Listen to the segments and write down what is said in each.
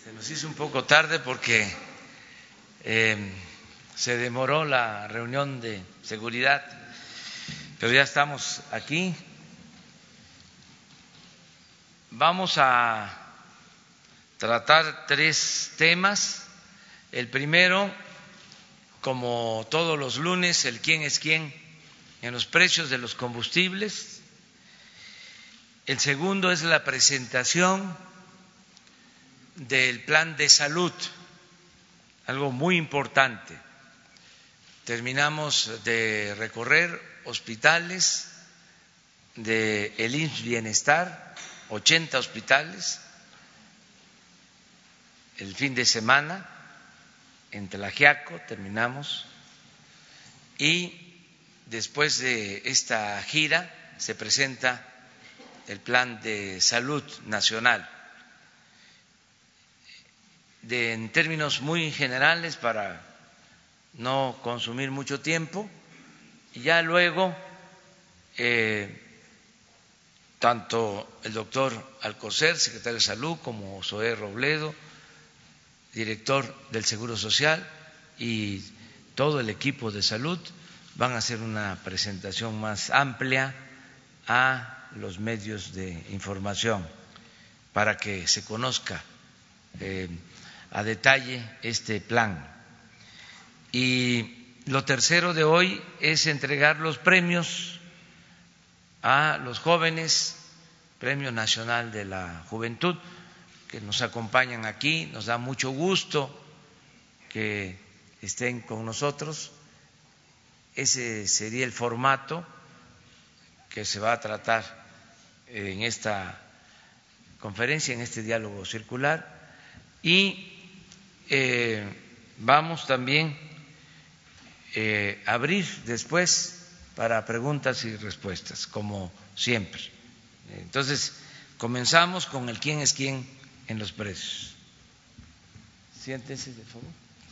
Se nos hizo un poco tarde porque se demoró la reunión de seguridad, pero ya estamos aquí. Vamos a tratar 3 temas. El primero, como todos los lunes, el quién es quién en los precios de los combustibles. El segundo es la presentación del plan de salud, algo muy importante. Terminamos de recorrer hospitales del IMSS Bienestar, 80 hospitales, el fin de semana en Tlaxiaco terminamos, y después de esta gira se presenta el plan de salud nacional. En términos muy generales, para no consumir mucho tiempo, y ya luego tanto el doctor Alcocer, secretario de Salud, como Zoé Robledo, director del Seguro Social, y todo el equipo de salud van a hacer una presentación más amplia a los medios de información para que se conozca a detalle este plan. Y lo tercero de hoy es entregar los premios a los jóvenes, Premio Nacional de la Juventud, que nos acompañan aquí. Nos da mucho gusto que estén con nosotros. Ese sería el formato que se va a tratar en esta conferencia, en este diálogo circular. Y vamos también a abrir después para preguntas y respuestas, como siempre. Entonces, comenzamos con el quién es quién en los precios. Siéntese, por favor.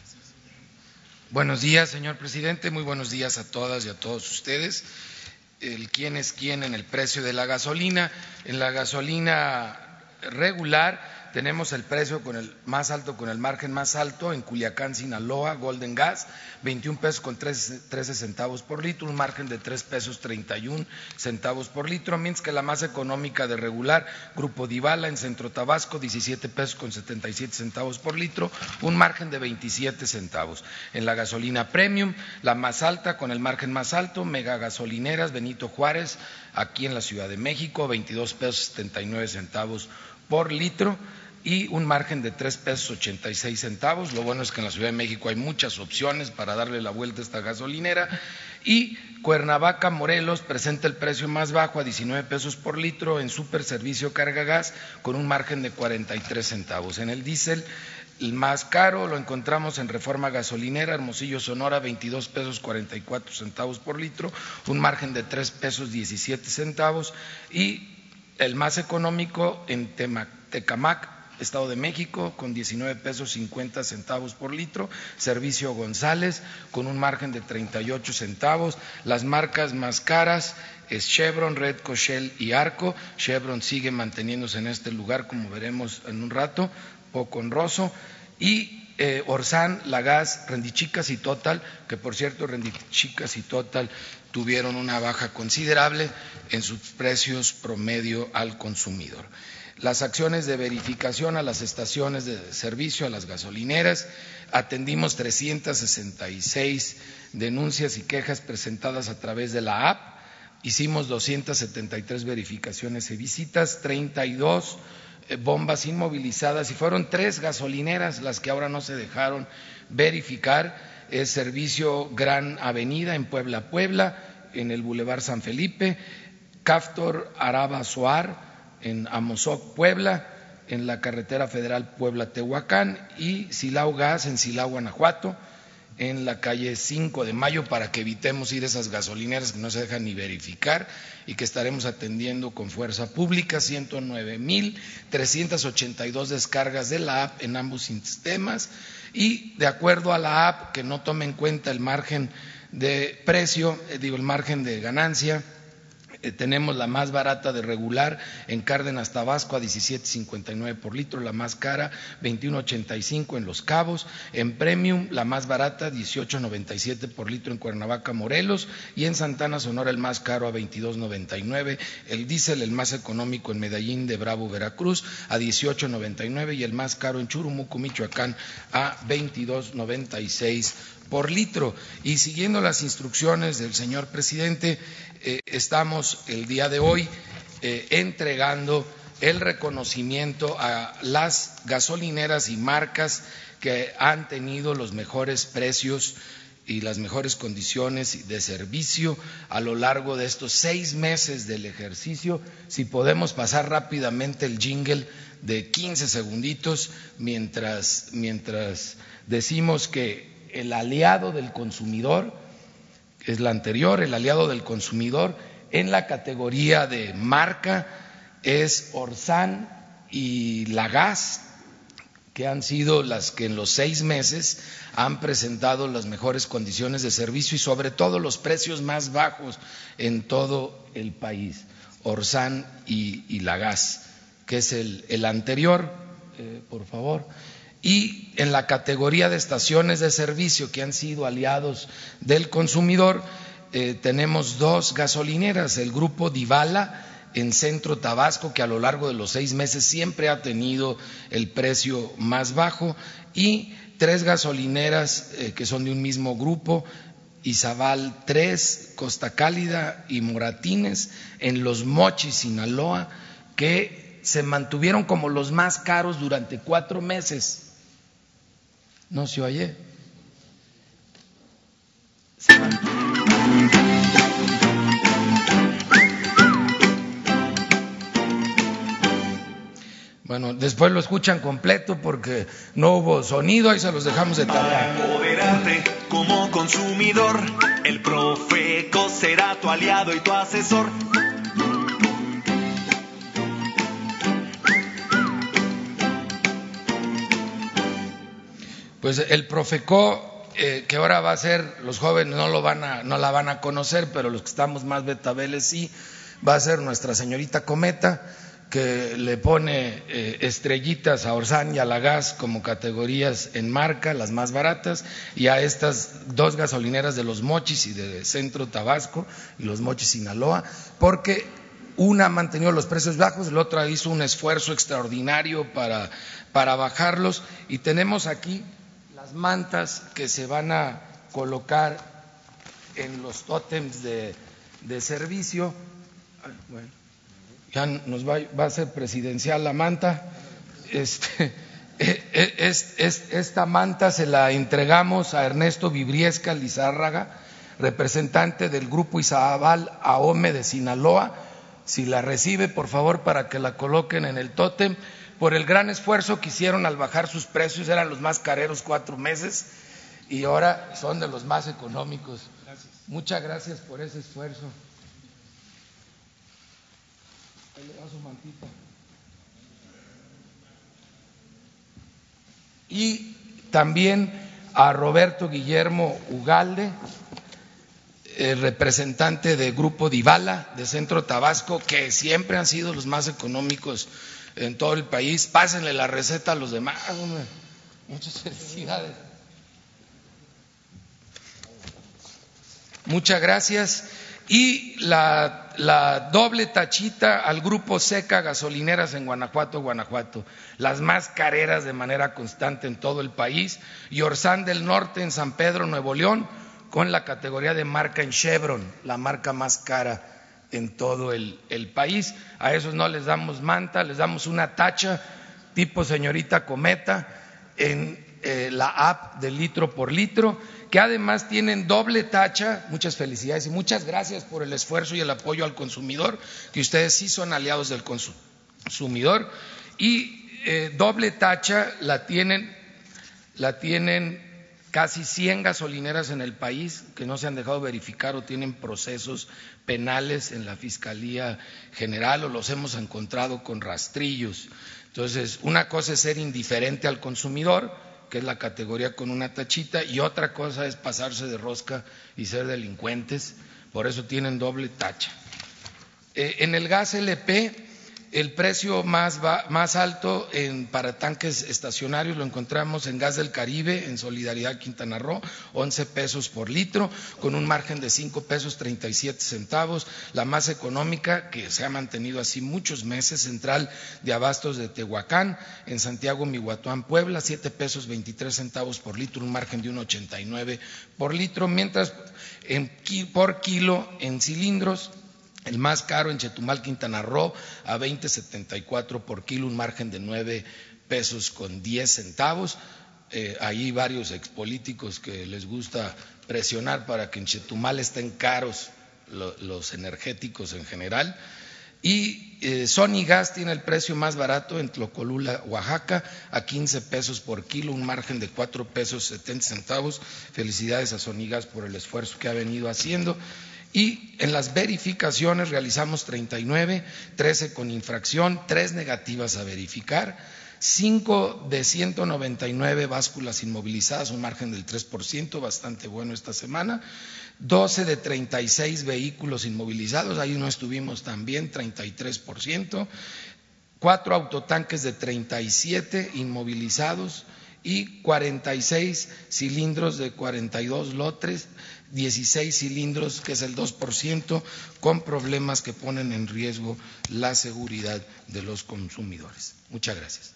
Buenos días, señor presidente. Muy buenos días a todas y a todos ustedes. El quién es quién en el precio de la gasolina. En la gasolina regular tenemos el precio con el más alto, con el margen más alto en Culiacán, Sinaloa, Golden Gas, 21 pesos con 13 centavos por litro, un margen de 3 pesos 31 centavos por litro, mientras que la más económica de regular, Grupo Divala en Centro Tabasco, 17 pesos con 77 centavos por litro, un margen de 27 centavos. En la gasolina premium, la más alta con el margen más alto, Mega Gasolineras Benito Juárez, aquí en la Ciudad de México, 22 pesos 79 centavos por litro, y un margen de 3 pesos 86 centavos. Lo bueno es que en la Ciudad de México hay muchas opciones para darle la vuelta a esta gasolinera. Y Cuernavaca, Morelos, presenta el precio más bajo a 19 pesos por litro en Super Servicio Carga Gas, con un margen de 43 centavos. En el diésel, el más caro lo encontramos en Reforma Gasolinera, Hermosillo, Sonora, 22 pesos 44 centavos por litro, un margen de 3 pesos 17 centavos. Y el más económico en Tecamac, Estado de México, con 19 pesos 50 centavos por litro, Servicio González, con un margen de 38 centavos. Las marcas más caras es Chevron, Redco, Shell y Arco. Chevron sigue manteniéndose en este lugar, como veremos en un rato, poco honroso. Y Orsan, Lagas, Rendichicas y Total, que por cierto Rendichicas y Total tuvieron una baja considerable en sus precios promedio al consumidor. Las acciones de verificación a las estaciones de servicio, a las gasolineras, atendimos 366 denuncias y quejas presentadas a través de la app, hicimos 273 verificaciones y visitas, 32 bombas inmovilizadas, y fueron 3 gasolineras las que ahora no se dejaron verificar. Es Servicio Gran Avenida en Puebla, en el Boulevard San Felipe, Caftor Araba Soar en Amozoc, Puebla, en la carretera federal Puebla-Tehuacán, y Silao Gas en Silao, Guanajuato, en la calle 5 de Mayo, para que evitemos ir a esas gasolineras que no se dejan ni verificar y que estaremos atendiendo con fuerza pública. 109,382 descargas de la app en ambos sistemas, y de acuerdo a la app, que no tome en cuenta el margen de precio, el margen de ganancia, tenemos la más barata de regular en Cárdenas, Tabasco, a 17.59 por litro, la más cara 21.85 en Los Cabos, en Premium la más barata 18.97 por litro en Cuernavaca, Morelos, y en Santana, Sonora el más caro a 22.99, el diésel el más económico en Medellín de Bravo, Veracruz a 18.99 y el más caro en Churumuco, Michoacán a 22.96 por litro. Y siguiendo las instrucciones del señor presidente, estamos el día de hoy entregando el reconocimiento a las gasolineras y marcas que han tenido los mejores precios y las mejores condiciones de servicio a lo largo de estos 6 meses del ejercicio. Si podemos pasar rápidamente el jingle de 15 segunditos mientras decimos que el aliado del consumidor es la anterior, el aliado del consumidor en la categoría de marca es Orsan y Lagas, que han sido las que en los 6 meses han presentado las mejores condiciones de servicio y sobre todo los precios más bajos en todo el país. Orsan y Lagas, que es el anterior, por favor. Y en la categoría de estaciones de servicio que han sido aliados del consumidor, tenemos 2 gasolineras, el grupo Divala en Centro Tabasco, que a lo largo de los 6 meses siempre ha tenido el precio más bajo, y 3 gasolineras que son de un mismo grupo, Izabal 3, Costa Cálida y Moratines en Los Mochis, Sinaloa, que se mantuvieron como los más caros durante 4 meses. ¿No se oye? Bueno, después lo escuchan completo porque no hubo sonido, ahí se los dejamos de tarea. Para empoderarte como consumidor, el Profeco será tu aliado y tu asesor. Pues el Profeco, que ahora va a ser, los jóvenes no la van a conocer, pero los que estamos más betabeles sí, va a ser nuestra señorita Cometa, que le pone estrellitas a Orsan y a Lagas como categorías en marca, las más baratas, y a estas 2 gasolineras de Los Mochis y de Centro Tabasco y Los Mochis, Sinaloa, porque una ha mantenido los precios bajos, la otra hizo un esfuerzo extraordinario para bajarlos, y tenemos aquí las mantas que se van a colocar en los tótems de servicio. Bueno, ya nos va a ser presidencial la manta. Esta manta se la entregamos a Ernesto Vibriesca Lizárraga, representante del grupo Izabal Ahome de Sinaloa. Si la recibe, por favor, para que la coloquen en el tótem, por el gran esfuerzo que hicieron al bajar sus precios. Eran los más careros 4 meses y ahora son de los más económicos. Gracias. Muchas gracias por ese esfuerzo. Ahí le da su mantita. Y también a Roberto Guillermo Ugalde, el representante del grupo Divala de Centro Tabasco, que siempre han sido los más económicos en todo el país. Pásenle la receta a los demás, hombre. Muchas felicidades. Muchas gracias. Y la doble tachita al grupo Seca Gasolineras en Guanajuato, las más careras de manera constante en todo el país, y Orsan del Norte en San Pedro, Nuevo León, con la categoría de marca en Chevron, la marca más cara en todo el país. A esos no les damos manta, les damos una tacha tipo señorita Cometa en la app de litro por litro, que además tienen doble tacha. Muchas felicidades y muchas gracias por el esfuerzo y el apoyo al consumidor, que ustedes sí son aliados del consumidor. Y doble tacha la tienen casi 100 gasolineras en el país que no se han dejado verificar o tienen procesos penales en la Fiscalía General o los hemos encontrado con rastrillos. Entonces, una cosa es ser indiferente al consumidor, que es la categoría con una tachita, y otra cosa es pasarse de rosca y ser delincuentes. Por eso tienen doble tacha. En el gas LP, el precio más alto para tanques estacionarios lo encontramos en Gas del Caribe, en Solidaridad Quintana Roo, 11 pesos por litro, con un margen de 5 pesos 37 centavos. La más económica, que se ha mantenido así muchos meses, Central de Abastos de Tehuacán, en Santiago Mihuatlán, Puebla, 7 pesos 23 centavos por litro, un margen de 1,89 por litro, mientras por kilo en cilindros, el más caro en Chetumal, Quintana Roo, a 20.74 por kilo, un margen de 9 pesos con 10 centavos. Hay varios expolíticos que les gusta presionar para que en Chetumal estén caros los energéticos en general. Y Sonigas tiene el precio más barato en Tlocolula, Oaxaca, a 15 pesos por kilo, un margen de 4 pesos 70 centavos. Felicidades a Sonigas por el esfuerzo que ha venido haciendo. Y en las verificaciones realizamos 39, 13 con infracción, 3 negativas a verificar, 5 de 199 básculas inmovilizadas, un margen del 3%, bastante bueno esta semana, 12 de 36 vehículos inmovilizados, ahí no estuvimos tan bien, 33%, 4 autotanques de 37 inmovilizados y 46 cilindros de 42 lotes, 16 cilindros, que es el 2%, con problemas que ponen en riesgo la seguridad de los consumidores. Muchas gracias.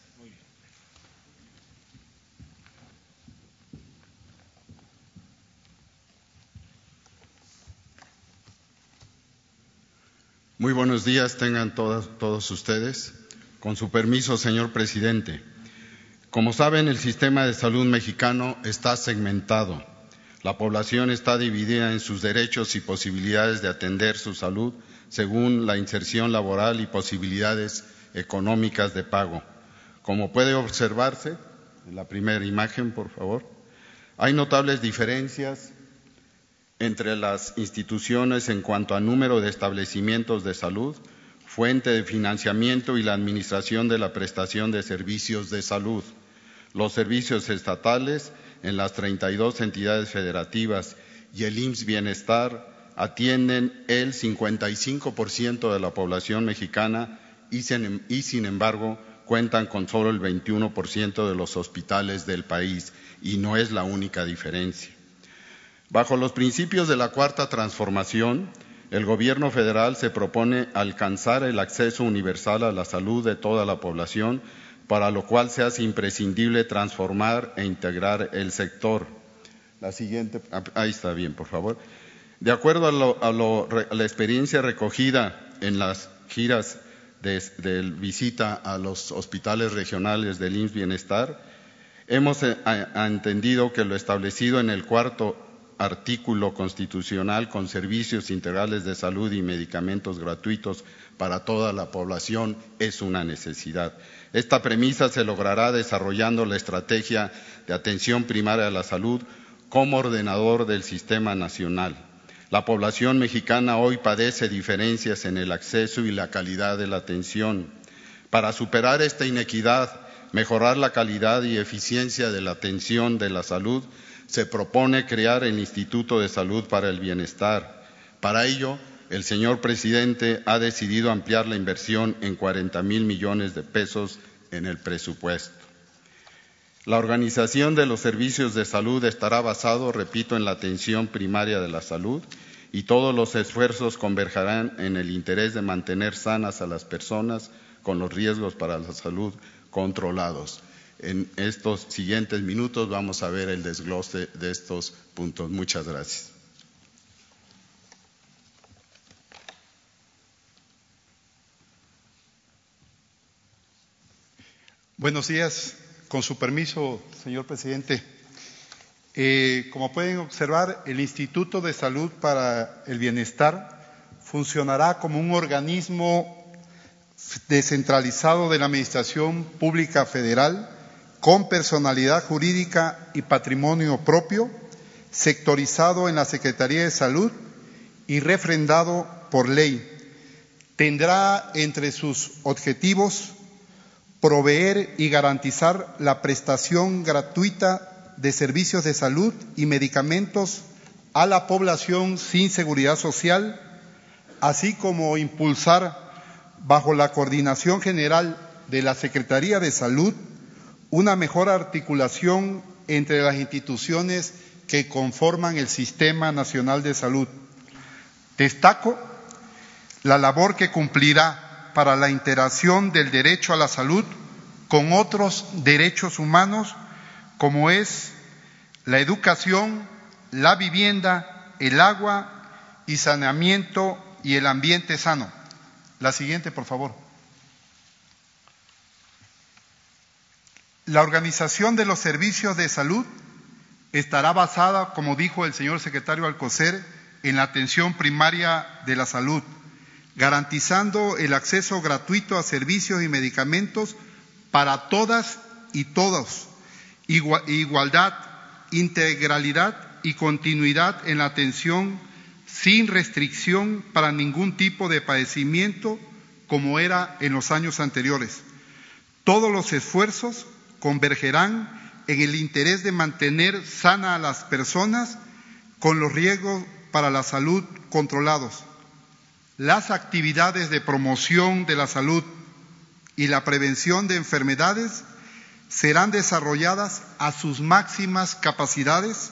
Muy buenos días tengan todos ustedes. Con su permiso, señor presidente. Como saben, el sistema de salud mexicano está segmentado. La población está dividida en sus derechos y posibilidades de atender su salud según la inserción laboral y posibilidades económicas de pago. Como puede observarse, en la primera imagen, por favor, hay notables diferencias entre las instituciones en cuanto a número de establecimientos de salud, fuente de financiamiento y la administración de la prestación de servicios de salud. Los servicios estatales en las 32 entidades federativas y el IMSS Bienestar atienden el 55% de la población mexicana y sin embargo cuentan con solo el 21% de los hospitales del país, y no es la única diferencia. Bajo los principios de la Cuarta Transformación, el Gobierno federal se propone alcanzar el acceso universal a la salud de toda la población, para lo cual se hace imprescindible transformar e integrar el sector. La siguiente, ahí está bien, por favor. De acuerdo a la experiencia recogida en las giras de visita a los hospitales regionales del IMSS Bienestar, hemos entendido que lo establecido en el cuarto artículo constitucional con servicios integrales de salud y medicamentos gratuitos para toda la población es una necesidad. Esta premisa se logrará desarrollando la estrategia de atención primaria a la salud como ordenador del sistema nacional. La población mexicana hoy padece diferencias en el acceso y la calidad de la atención. Para superar esta inequidad, mejorar la calidad y eficiencia de la atención de la salud, se propone crear el Instituto de Salud para el Bienestar. Para ello, el señor presidente ha decidido ampliar la inversión en 40,000 millones de pesos en el presupuesto. La organización de los servicios de salud estará basado, repito, en la atención primaria de la salud, y todos los esfuerzos convergerán en el interés de mantener sanas a las personas con los riesgos para la salud controlados. En estos siguientes minutos vamos a ver el desglose de estos puntos. Muchas gracias. Buenos días. Con su permiso, señor presidente. Como pueden observar, el Instituto de Salud para el Bienestar funcionará como un organismo descentralizado de la Administración Pública Federal, con personalidad jurídica y patrimonio propio, sectorizado en la Secretaría de Salud y refrendado por ley. Tendrá entre sus objetivos proveer y garantizar la prestación gratuita de servicios de salud y medicamentos a la población sin seguridad social, así como impulsar, bajo la coordinación general de la Secretaría de Salud, una mejor articulación entre las instituciones que conforman el Sistema Nacional de Salud. Destaco la labor que cumplirá para la integración del derecho a la salud con otros derechos humanos, como es la educación, la vivienda, el agua y saneamiento y el ambiente sano. La siguiente, por favor. La organización de los servicios de salud estará basada, como dijo el señor secretario Alcocer, en la atención primaria de la salud, garantizando el acceso gratuito a servicios y medicamentos para todas y todos, igualdad, integralidad y continuidad en la atención sin restricción para ningún tipo de padecimiento como era en los años anteriores. Todos los esfuerzos convergerán en el interés de mantener sana a las personas con los riesgos para la salud controlados. Las actividades de promoción de la salud y la prevención de enfermedades serán desarrolladas a sus máximas capacidades,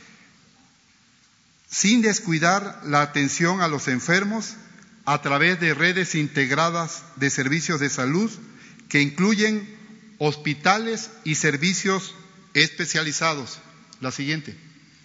sin descuidar la atención a los enfermos a través de redes integradas de servicios de salud que incluyen hospitales y servicios especializados. La siguiente.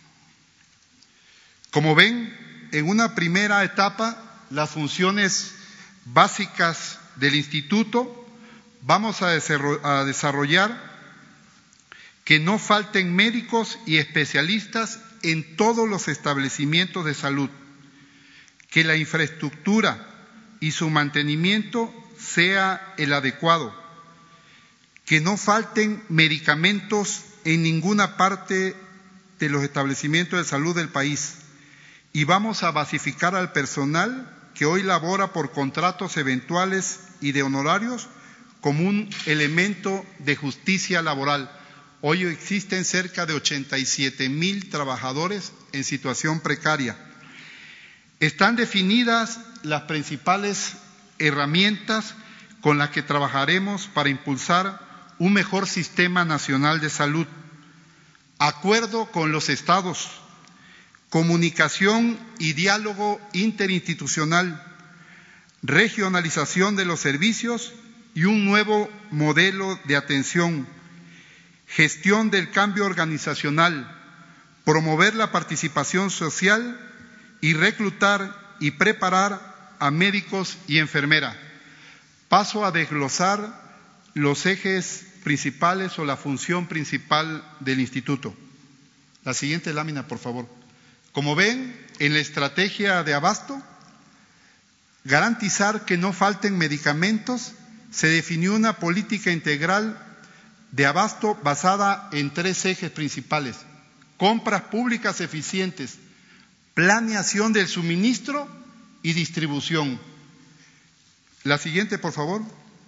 Como ven, en una primera etapa, las funciones básicas del instituto vamos a desarrollar que no falten médicos y especialistas en todos los establecimientos de salud, que la infraestructura y su mantenimiento sea el adecuado, que no falten medicamentos en ninguna parte de los establecimientos de salud del país, y vamos a basificar al personal que hoy labora por contratos eventuales y de honorarios como un elemento de justicia laboral. Hoy existen cerca de 87,000 trabajadores en situación precaria. Están definidas las principales herramientas con las que trabajaremos para impulsar un mejor sistema nacional de salud. Acuerdo con los estados, comunicación y diálogo interinstitucional, regionalización de los servicios y un nuevo modelo de atención, gestión del cambio organizacional, promover la participación social y reclutar y preparar a médicos y enfermeras. Paso a desglosar los ejes principales o la función principal del instituto. La siguiente lámina, por favor. Como ven, en la estrategia de abasto, garantizar que no falten medicamentos, se definió una política integral de abasto basada en 3 ejes principales: compras públicas eficientes, planeación del suministro y distribución. La siguiente, por favor.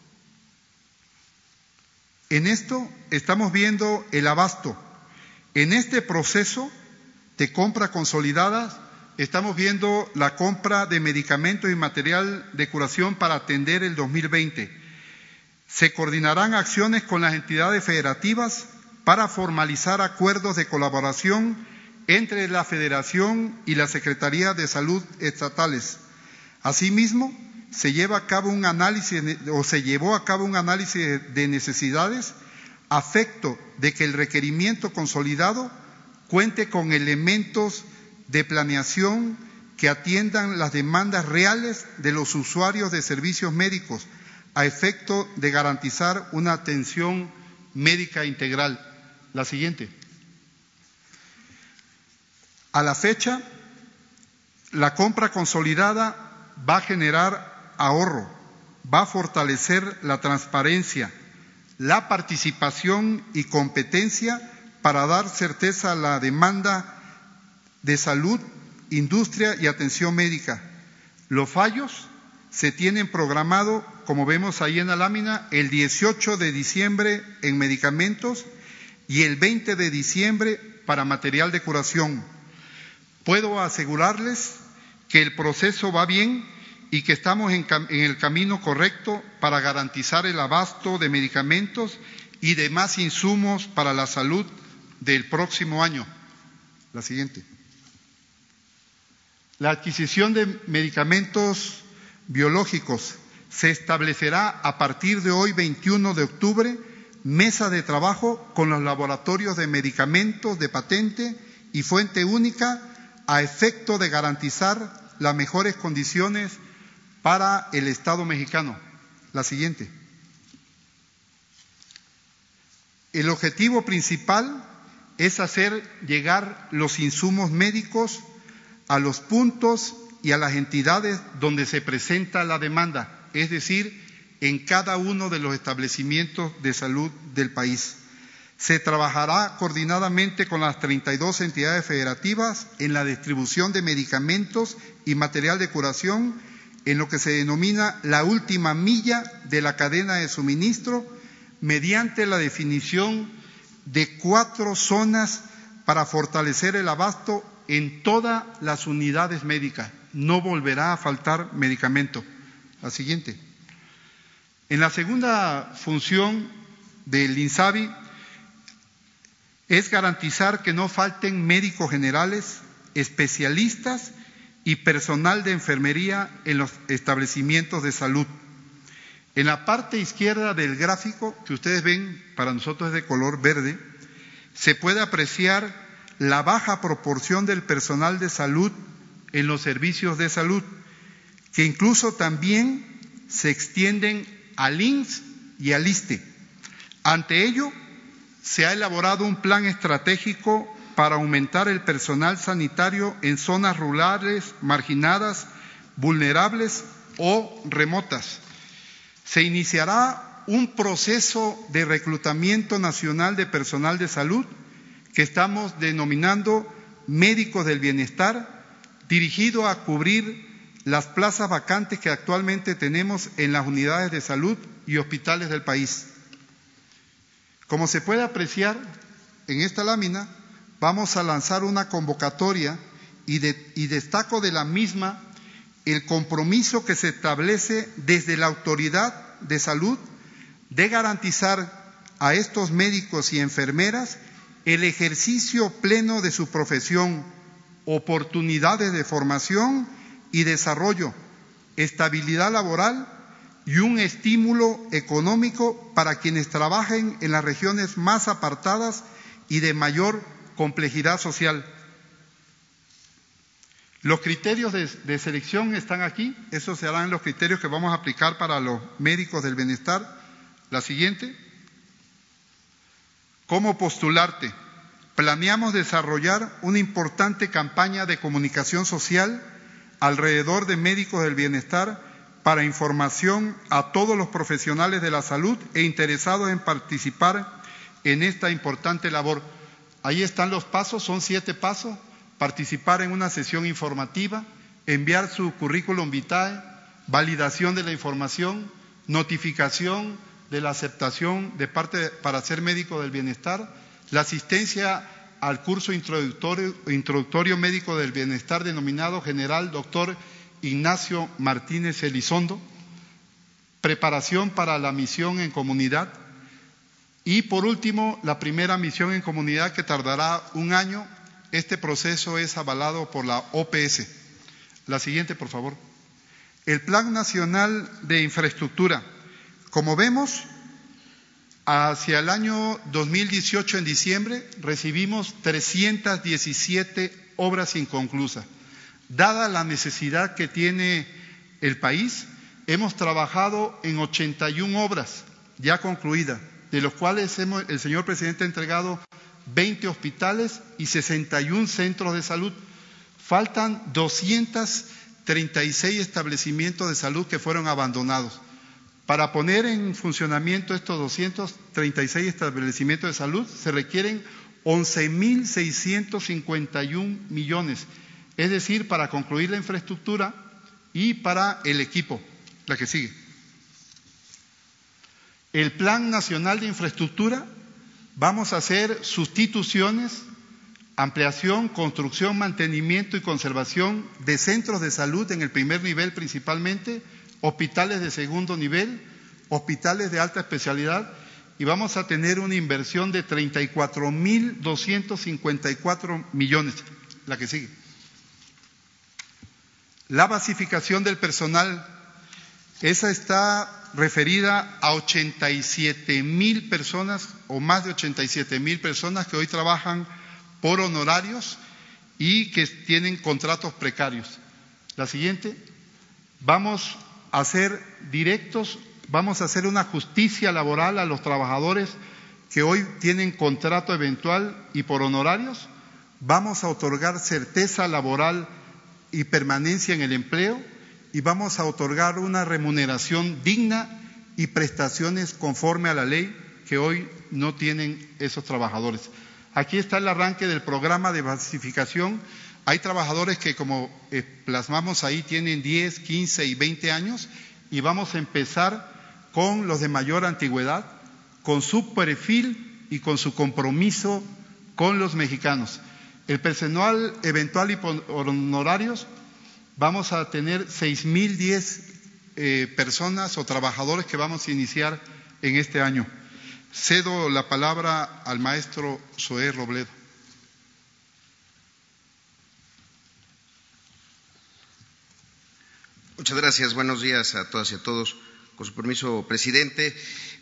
En esto estamos viendo el abasto. En este proceso de compra consolidadas estamos viendo la compra de medicamentos y material de curación para atender el 2020. Se coordinarán acciones con las entidades federativas para formalizar acuerdos de colaboración entre la Federación y la Secretaría de Salud estatales. Asimismo, se llevó a cabo un análisis de necesidades a efecto de que el requerimiento consolidado cuente con elementos de planeación que atiendan las demandas reales de los usuarios de servicios médicos a efecto de garantizar una atención médica integral. La siguiente. A la fecha, la compra consolidada va a generar ahorro, va a fortalecer la transparencia, la participación y competencia para dar certeza a la demanda de salud, industria y atención médica. Los fallos se tienen programado, como vemos ahí en la lámina, el 18 de diciembre en medicamentos y el 20 de diciembre para material de curación. Puedo asegurarles que el proceso va bien y que estamos en el camino correcto para garantizar el abasto de medicamentos y demás insumos para la salud del próximo año. La siguiente. La adquisición de medicamentos biológicos se establecerá a partir de hoy, 21 de octubre, mesa de trabajo con los laboratorios de medicamentos de patente y fuente única a efecto de garantizar las mejores condiciones para el Estado mexicano. La siguiente. El objetivo principal es hacer llegar los insumos médicos a los puntos y a las entidades donde se presenta la demanda, es decir, en cada uno de los establecimientos de salud del país. Se trabajará coordinadamente con las 32 entidades federativas en la distribución de medicamentos y material de curación en lo que se denomina la última milla de la cadena de suministro, mediante la definición de 4 zonas para fortalecer el abasto en todas las unidades médicas. No volverá a faltar medicamento. La siguiente. En la segunda función del INSABI es garantizar que no falten médicos generales, especialistas y personal de enfermería en los establecimientos de salud. En la parte izquierda del gráfico, que ustedes ven, para nosotros es de color verde, se puede apreciar la baja proporción del personal de salud en los servicios de salud, que incluso también se extienden al IMSS y al ISSSTE. Ante ello, se ha elaborado un plan estratégico para aumentar el personal sanitario en zonas rurales, marginadas, vulnerables o remotas. Se iniciará un proceso de reclutamiento nacional de personal de salud que estamos denominando Médicos del Bienestar, dirigido a cubrir las plazas vacantes que actualmente tenemos en las unidades de salud y hospitales del país. Como se puede apreciar en esta lámina, vamos a lanzar una convocatoria y destaco de la misma el compromiso que se establece desde la autoridad de salud de garantizar a estos médicos y enfermeras el ejercicio pleno de su profesión, oportunidades de formación y desarrollo, estabilidad laboral y un estímulo económico para quienes trabajen en las regiones más apartadas y de mayor complejidad social. Los criterios de selección están aquí, esos serán los criterios que vamos a aplicar para los médicos del bienestar. La siguiente. ¿Cómo postularte? Planeamos desarrollar una importante campaña de comunicación social alrededor de médicos del bienestar para información a todos los profesionales de la salud e interesados en participar en esta importante labor. Ahí están los pasos, son 7 pasos. Participar en una sesión informativa, enviar su currículum vitae, validación de la información, notificación de la aceptación de parte para ser médico del bienestar, la asistencia al curso introductorio médico del bienestar denominado General Doctor Ignacio Martínez Elizondo, preparación para la misión en comunidad y por último la primera misión en comunidad que tardará 1 año. Este proceso es avalado por la OPS. La siguiente, por favor. El Plan Nacional de Infraestructura. Como vemos, hacia el año 2018, en diciembre, recibimos 317 obras inconclusas. Dada la necesidad que tiene el país, hemos trabajado en 81 obras ya concluidas, de los cuales el señor presidente ha entregado 20 hospitales y 61 centros de salud. Faltan 236 establecimientos de salud que fueron abandonados. Para poner en funcionamiento estos 236 establecimientos de salud se requieren 11.651 millones, es decir, para concluir la infraestructura y para el equipo. La que sigue. El Plan Nacional de Infraestructura. Vamos a hacer sustituciones ampliación, construcción, mantenimiento y conservación de centros de salud en el primer nivel principalmente, hospitales de segundo nivel, hospitales de alta especialidad, y vamos a tener una inversión de 34.254 millones. La que sigue. La basificación del personal, esa está referida a 87,000 personas o más de 87,000 personas que hoy trabajan por honorarios y que tienen contratos precarios. La siguiente, vamos a hacer directos, vamos a hacer una justicia laboral a los trabajadores que hoy tienen contrato eventual y por honorarios. Vamos a otorgar certeza laboral y permanencia en el empleo y vamos a otorgar una remuneración digna y prestaciones conforme a la ley que hoy no tienen esos trabajadores. Aquí está el arranque del programa de basificación. Hay trabajadores que, como plasmamos ahí, tienen 10, 15 y 20 años y vamos a empezar con los de mayor antigüedad, con su perfil y con su compromiso con los mexicanos. El personal eventual y por honorarios, vamos a tener 6,010 personas o trabajadores que vamos a iniciar en este año. Cedo la palabra al maestro Zoé Robledo. Muchas gracias. Buenos días a todas y a todos. Con su permiso, presidente.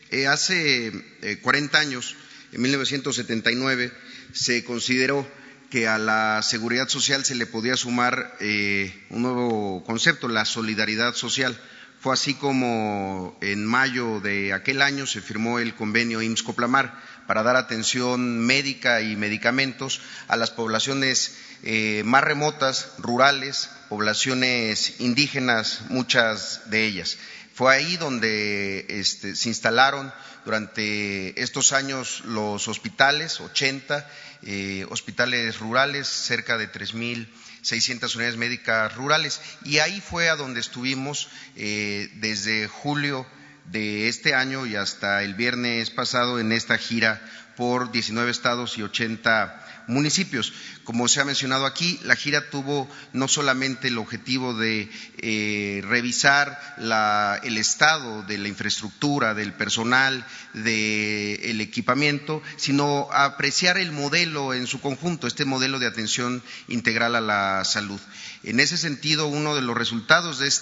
Hace 40 años, en 1979, se consideró que a la seguridad social se le podía sumar un nuevo concepto, la solidaridad social. Fue así como en mayo de aquel año se firmó el convenio IMSS-Coplamar para dar atención médica y medicamentos a las poblaciones más remotas, rurales, poblaciones indígenas, muchas de ellas. Fue ahí donde se instalaron durante estos años los hospitales, 80 hospitales rurales, cerca de 3,600 unidades médicas rurales, y ahí fue a donde estuvimos desde julio de este año y hasta el viernes pasado en esta gira por 19 estados y 80 municipios. Como se ha mencionado aquí, la gira tuvo no solamente el objetivo de revisar el estado de la infraestructura, del personal, del equipamiento, sino apreciar el modelo en su conjunto, este modelo de atención integral a la salud. En ese sentido, uno de los resultados de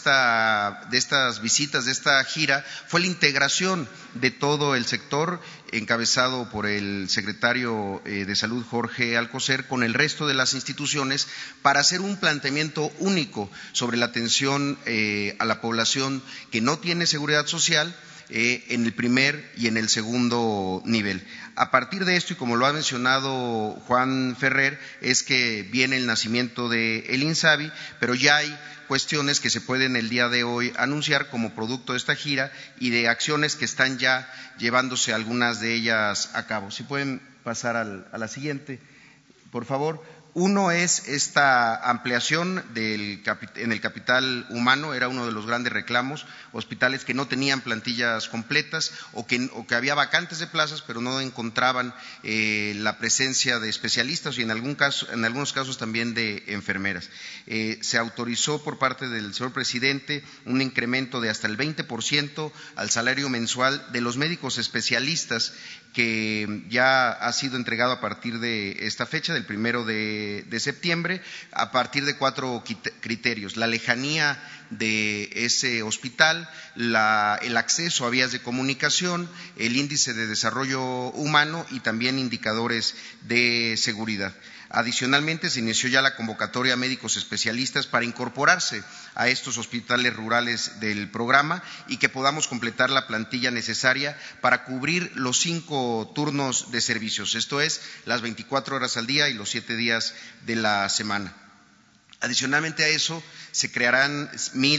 estas visitas, de esta gira, fue la integración de todo el sector, encabezado por el secretario de Salud, Jorge Alcocer, con el resto de las instituciones, para hacer un planteamiento único sobre la atención a la población que no tiene seguridad social en el primer y en el segundo nivel. A partir de esto, y como lo ha mencionado Juan Ferrer, es que viene el nacimiento del INSABI, pero ya hay cuestiones que se pueden el día de hoy anunciar como producto de esta gira y de acciones que están ya llevándose algunas de ellas a cabo. Si pueden pasar a la siguiente, por favor. Uno es esta ampliación en el capital humano, era uno de los grandes reclamos, hospitales que no tenían plantillas completas o que había vacantes de plazas, pero no encontraban la presencia de especialistas y en algunos casos también de enfermeras. Se autorizó por parte del señor presidente un incremento de hasta el 20% al salario mensual de los médicos especialistas, que ya ha sido entregado a partir de esta fecha, del 1 de septiembre, a partir de 4 criterios: la lejanía de ese hospital, el acceso a vías de comunicación, el índice de desarrollo humano y también indicadores de seguridad. Adicionalmente, se inició ya la convocatoria a médicos especialistas para incorporarse a estos hospitales rurales del programa y que podamos completar la plantilla necesaria para cubrir los 5 turnos de servicios, esto es, las 24 horas al día y los 7 días de la semana. Adicionalmente a eso, se crearán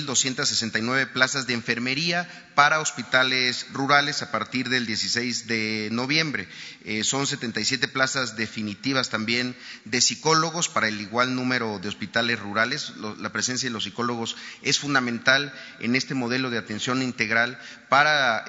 1,269 plazas de enfermería para hospitales rurales a partir del 16 de noviembre. Son 77 plazas definitivas también de psicólogos para el igual número de hospitales rurales. La presencia de los psicólogos es fundamental en este modelo de atención integral para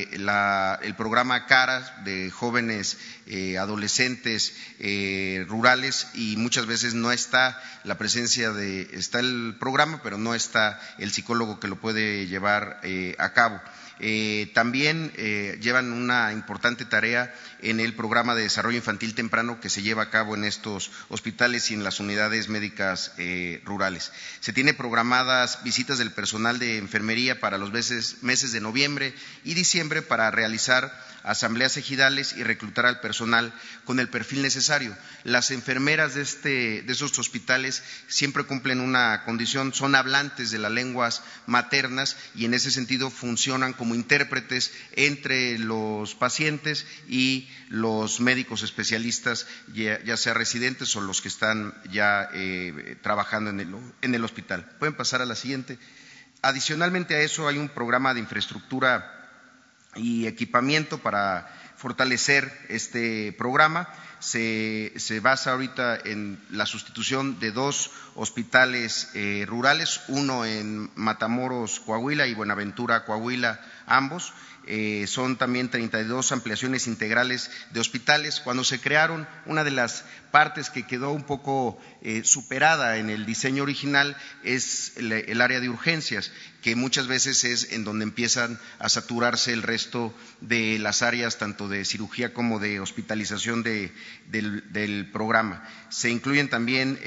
el programa CARA de jóvenes adolescentes rurales, y muchas veces no está la presencia está el programa, pero no está el psicólogo que lo puede llevar a cabo. También llevan una importante tarea en el programa de desarrollo infantil temprano que se lleva a cabo en estos hospitales y en las unidades médicas rurales. Se tiene programadas visitas del personal de enfermería para los meses de noviembre y diciembre para realizar asambleas ejidales y reclutar al personal con el perfil necesario. Las enfermeras de esos hospitales siempre cumplen una condición, son hablantes de las lenguas maternas y en ese sentido funcionan como intérpretes entre los pacientes y los médicos especialistas, ya sea residentes o los que están ya trabajando en el hospital. Pueden pasar a la siguiente. Adicionalmente a eso hay un programa de infraestructura y equipamiento para fortalecer este programa. Se basa ahorita en la sustitución de 2 hospitales rurales, uno en Matamoros, Coahuila, y Buenaventura, Coahuila, ambos. Son también 32 ampliaciones integrales de hospitales. Cuando se crearon, una de las partes que quedó un poco superada en el diseño original es el área de urgencias, que muchas veces es en donde empiezan a saturarse el resto de las áreas, tanto de cirugía como de hospitalización del programa. Se incluyen también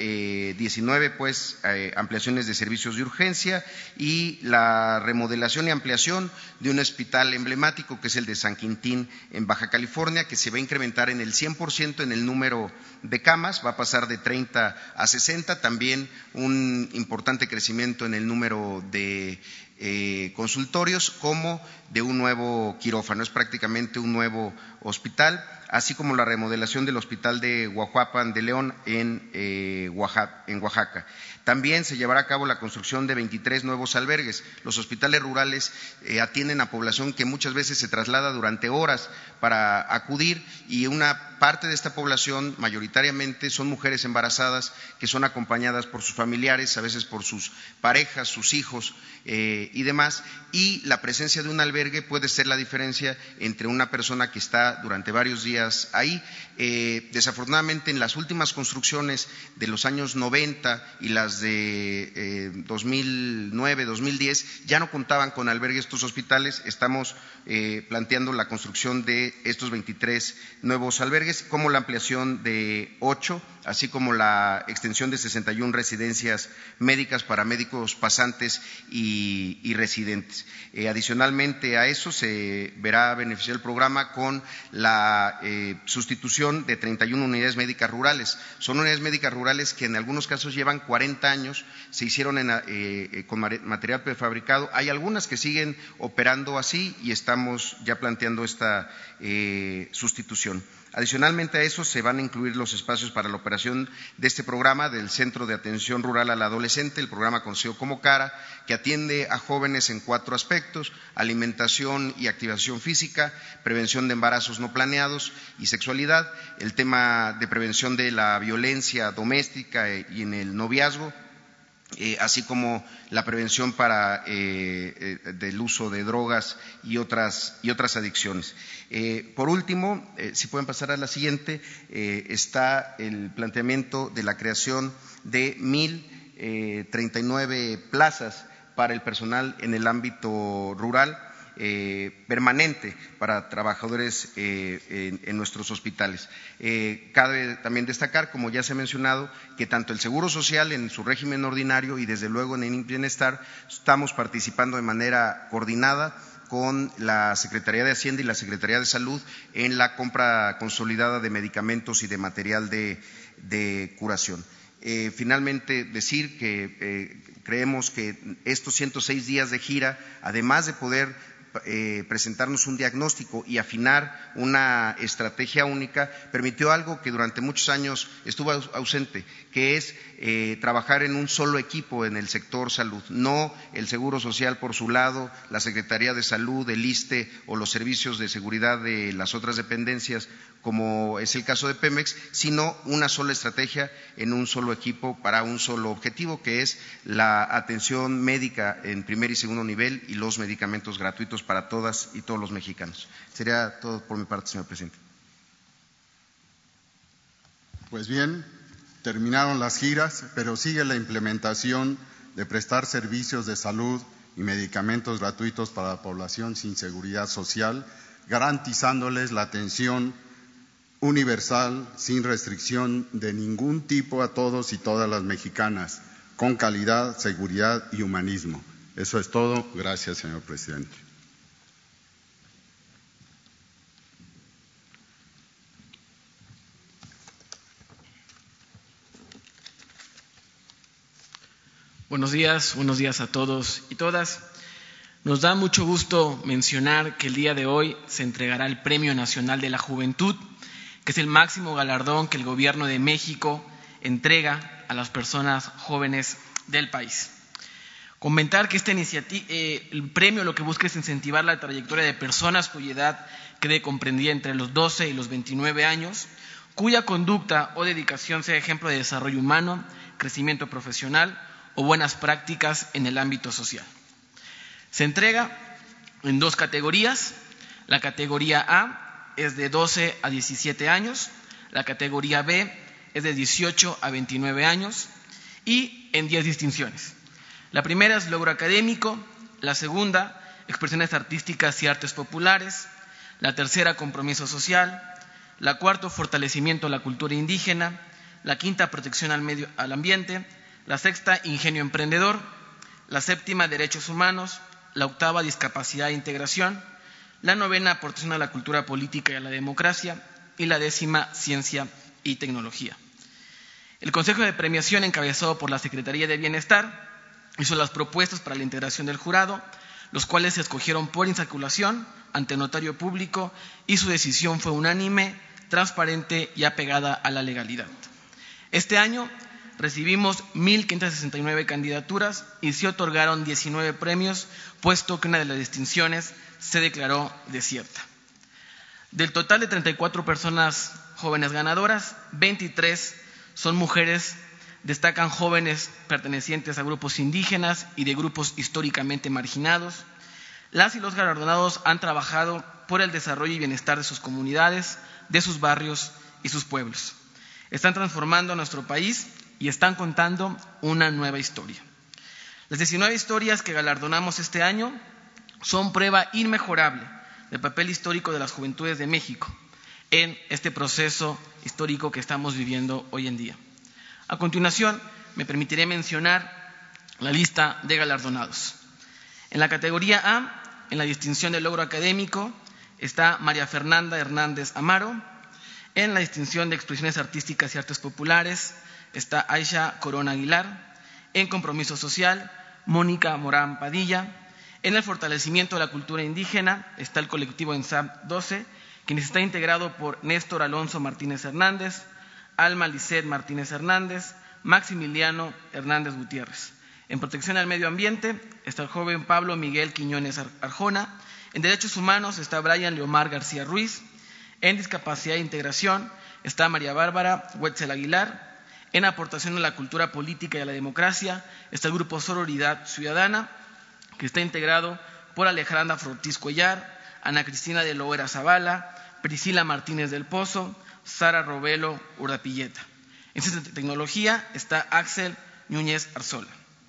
19 ampliaciones de servicios de urgencia y la remodelación y ampliación de un hospital emblemático que es el de San Quintín en Baja California, que se va a incrementar en el 100% en el número de camas, va a pasar de 30 a 60, también un importante crecimiento en el número de consultorios, como de un nuevo quirófano, es prácticamente un nuevo hospital, así como la remodelación del hospital de Huajuapan de León en Oaxaca. También se llevará a cabo la construcción de 23 nuevos albergues. Los hospitales rurales atienden a población que muchas veces se traslada durante horas para acudir, y una parte de esta población mayoritariamente son mujeres embarazadas que son acompañadas por sus familiares, a veces por sus parejas, sus hijos y demás, y la presencia de un albergue puede ser la diferencia entre una persona que está durante varios días ahí. Desafortunadamente, en las últimas construcciones de los años 90 y las de 2009, 2010, ya no contaban con albergues estos hospitales. Estamos planteando la construcción de estos 23 nuevos albergues, como la ampliación de 8, así como la extensión de 61 residencias médicas para médicos pasantes y residentes. Adicionalmente a eso, se verá beneficiar el programa con la sustitución de 31 unidades médicas rurales. Son unidades médicas rurales que en algunos casos llevan 40 años, se hicieron con material prefabricado. Hay algunas que siguen operando así y estamos ya planteando esta sustitución. Adicionalmente a eso, se van a incluir los espacios para la operación de este programa del Centro de Atención Rural al Adolescente, el programa conocido como CARA, que atiende a jóvenes en 4 aspectos: alimentación y activación física, prevención de embarazos no planeados y sexualidad, el tema de prevención de la violencia doméstica y en el noviazgo, así como la prevención del uso de drogas y otras adicciones. Por último, si pueden pasar a la siguiente, está el planteamiento de la creación de 1,039 plazas para el personal en el ámbito rural, permanente para trabajadores en nuestros hospitales. Cabe también destacar, como ya se ha mencionado, que tanto el Seguro Social en su régimen ordinario y desde luego en el Bienestar estamos participando de manera coordinada con la Secretaría de Hacienda y la Secretaría de Salud en la compra consolidada de medicamentos y de material de curación. Finalmente, decir que creemos que estos 106 días de gira, además de poder presentarnos un diagnóstico y afinar una estrategia única, permitió algo que durante muchos años estuvo ausente, que es trabajar en un solo equipo en el sector salud, no el Seguro Social por su lado, la Secretaría de Salud, el ISSSTE o los servicios de seguridad de las otras dependencias, como es el caso de Pemex, sino una sola estrategia en un solo equipo para un solo objetivo, que es la atención médica en primer y segundo nivel y los medicamentos gratuitos para todas y todos los mexicanos. Sería todo por mi parte, señor presidente. Pues bien, terminaron las giras, pero sigue la implementación de prestar servicios de salud y medicamentos gratuitos para la población sin seguridad social, garantizándoles la atención universal, sin restricción de ningún tipo a todos y todas las mexicanas, con calidad, seguridad y humanismo. Eso es todo. Gracias, señor presidente. Buenos días a todos y todas. Nos da mucho gusto mencionar que el día de hoy se entregará el Premio Nacional de la Juventud, que es el máximo galardón que el Gobierno de México entrega a las personas jóvenes del país. Comentar que esta iniciativa, el premio lo que busca es incentivar la trayectoria de personas cuya edad quede comprendida entre los 12 y los 29 años, cuya conducta o dedicación sea ejemplo de desarrollo humano, crecimiento profesional o buenas prácticas en el ámbito social. Se entrega en dos categorías. La categoría A es de 12 a 17 años, la categoría B es de 18 a 29 años y en 10 distinciones. La primera es logro académico, la segunda, expresiones artísticas y artes populares, la tercera, compromiso social, la cuarta, fortalecimiento de la cultura indígena, la quinta, protección al ambiente, la sexta, ingenio emprendedor, la séptima, derechos humanos, la octava, discapacidad e integración, la novena, aportación a la cultura política y a la democracia, y la décima, ciencia y tecnología. El Consejo de Premiación, encabezado por la Secretaría de Bienestar, hizo las propuestas para la integración del jurado, los cuales se escogieron por insaculación ante notario público y su decisión fue unánime, transparente y apegada a la legalidad. Este año recibimos 1.569 candidaturas y se otorgaron 19 premios, puesto que una de las distinciones se declaró desierta. Del total de 34 personas jóvenes ganadoras, 23 son mujeres. Destacan jóvenes pertenecientes a grupos indígenas y de grupos históricamente marginados. Las y los galardonados han trabajado por el desarrollo y bienestar de sus comunidades, de sus barrios y sus pueblos. Están transformando a nuestro país y están contando una nueva historia. Las 19 historias que galardonamos este año son prueba inmejorable del papel histórico de las juventudes de México en este proceso histórico que estamos viviendo hoy en día. A continuación, me permitiré mencionar la lista de galardonados. En la categoría A, en la distinción de logro académico, está María Fernanda Hernández Amaro. En la distinción de expresiones artísticas y artes populares está Aisha Corona Aguilar. En compromiso social, Mónica Morán Padilla. En el fortalecimiento de la cultura indígena está el colectivo ENSAP 12, quien está integrado por Néstor Alonso Martínez Hernández, Alma Lisset Martínez Hernández, Maximiliano Hernández Gutiérrez. En protección al medio ambiente está el joven Pablo Miguel Quiñones Arjona. En derechos humanos está Brian Leomar García Ruiz. En discapacidad e integración está María Bárbara Huetzel Aguilar. En aportación a la cultura política y a la democracia está el grupo Sororidad Ciudadana, que está integrado por Alejandra Ortiz Cuellar, Ana Cristina de Loera Zavala, Priscila Martínez del Pozo, Sara Robelo Urdapilleta. En ciencia y tecnología está Axel Núñez Arzola.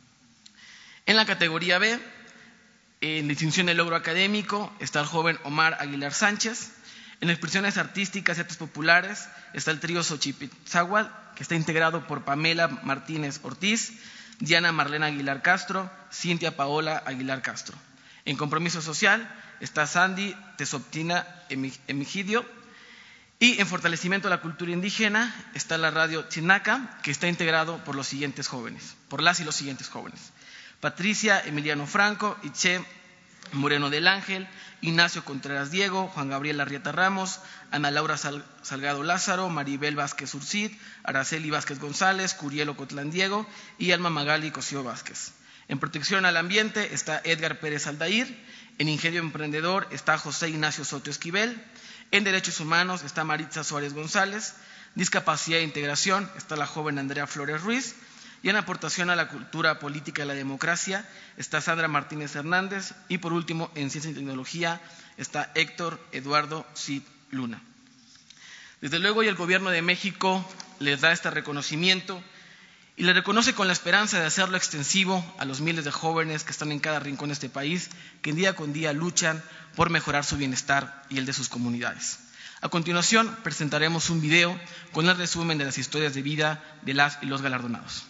En la categoría B, en distinción de logro académico, está el joven Omar Aguilar Sánchez. En expresiones artísticas y artes populares está el trío Xochipitzáhuatl, que está integrado por Pamela Martínez Ortiz, Diana Marlena Aguilar Castro, Cintia Paola Aguilar Castro. En compromiso social está Sandy Tesoptina Emigidio. Y en fortalecimiento de la cultura indígena está la radio Chinaca, que está integrado por los siguientes jóvenes, por las y los siguientes jóvenes: Patricia Emiliano Franco, Iche Moreno del Ángel, Ignacio Contreras Diego, Juan Gabriel Arrieta Ramos, Ana Laura Salgado Lázaro, Maribel Vázquez Urcid, Araceli Vázquez González, Curiel Cotlán Diego y Alma Magali Cosío Vázquez. En protección al ambiente está Edgar Pérez Aldair. En Ingenio Emprendedor está José Ignacio Soto Esquivel. En Derechos Humanos está Maritza Suárez González. Discapacidad e Integración está la joven Andrea Flores Ruiz. Y en aportación a la cultura política y la democracia está Sandra Martínez Hernández. Y por último, en Ciencia y Tecnología está Héctor Eduardo Cid Luna. Desde luego, y el Gobierno de México les da este reconocimiento y le reconoce con la esperanza de hacerlo extensivo a los miles de jóvenes que están en cada rincón de este país, que día con día luchan por mejorar su bienestar y el de sus comunidades. A continuación, presentaremos un video con el resumen de las historias de vida de las y los galardonados.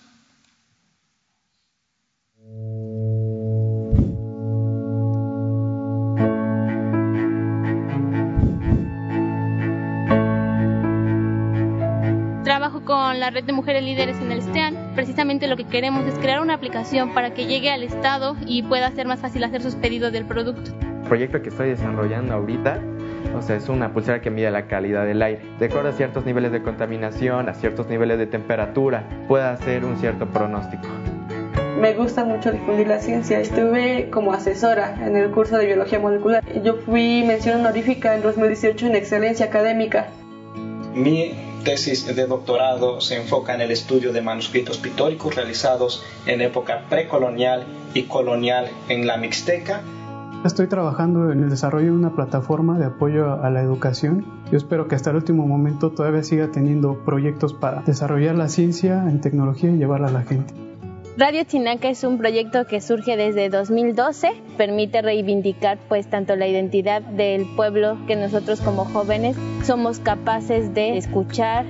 Trabajo con la Red de Mujeres Líderes en el STEAN. Precisamente lo que queremos es crear una aplicación para que llegue al Estado y pueda ser más fácil hacer sus pedidos del producto. El proyecto que estoy desarrollando ahorita, es una pulsera que mide la calidad del aire. De acuerdo a ciertos niveles de contaminación, a ciertos niveles de temperatura, puede hacer un cierto pronóstico. Me gusta mucho difundir la ciencia. Estuve como asesora en el curso de Biología Molecular. Yo fui mención honorífica en 2018 en Excelencia Académica. Mi tesis de doctorado se enfoca en el estudio de manuscritos pictóricos realizados en época precolonial y colonial en la Mixteca. Estoy trabajando en el desarrollo de una plataforma de apoyo a la educación. Yo espero que hasta el último momento todavía siga teniendo proyectos para desarrollar la ciencia en tecnología y llevarla a la gente. Radio Chinaca es un proyecto que surge desde 2012, permite reivindicar tanto la identidad del pueblo que nosotros como jóvenes somos capaces de escuchar.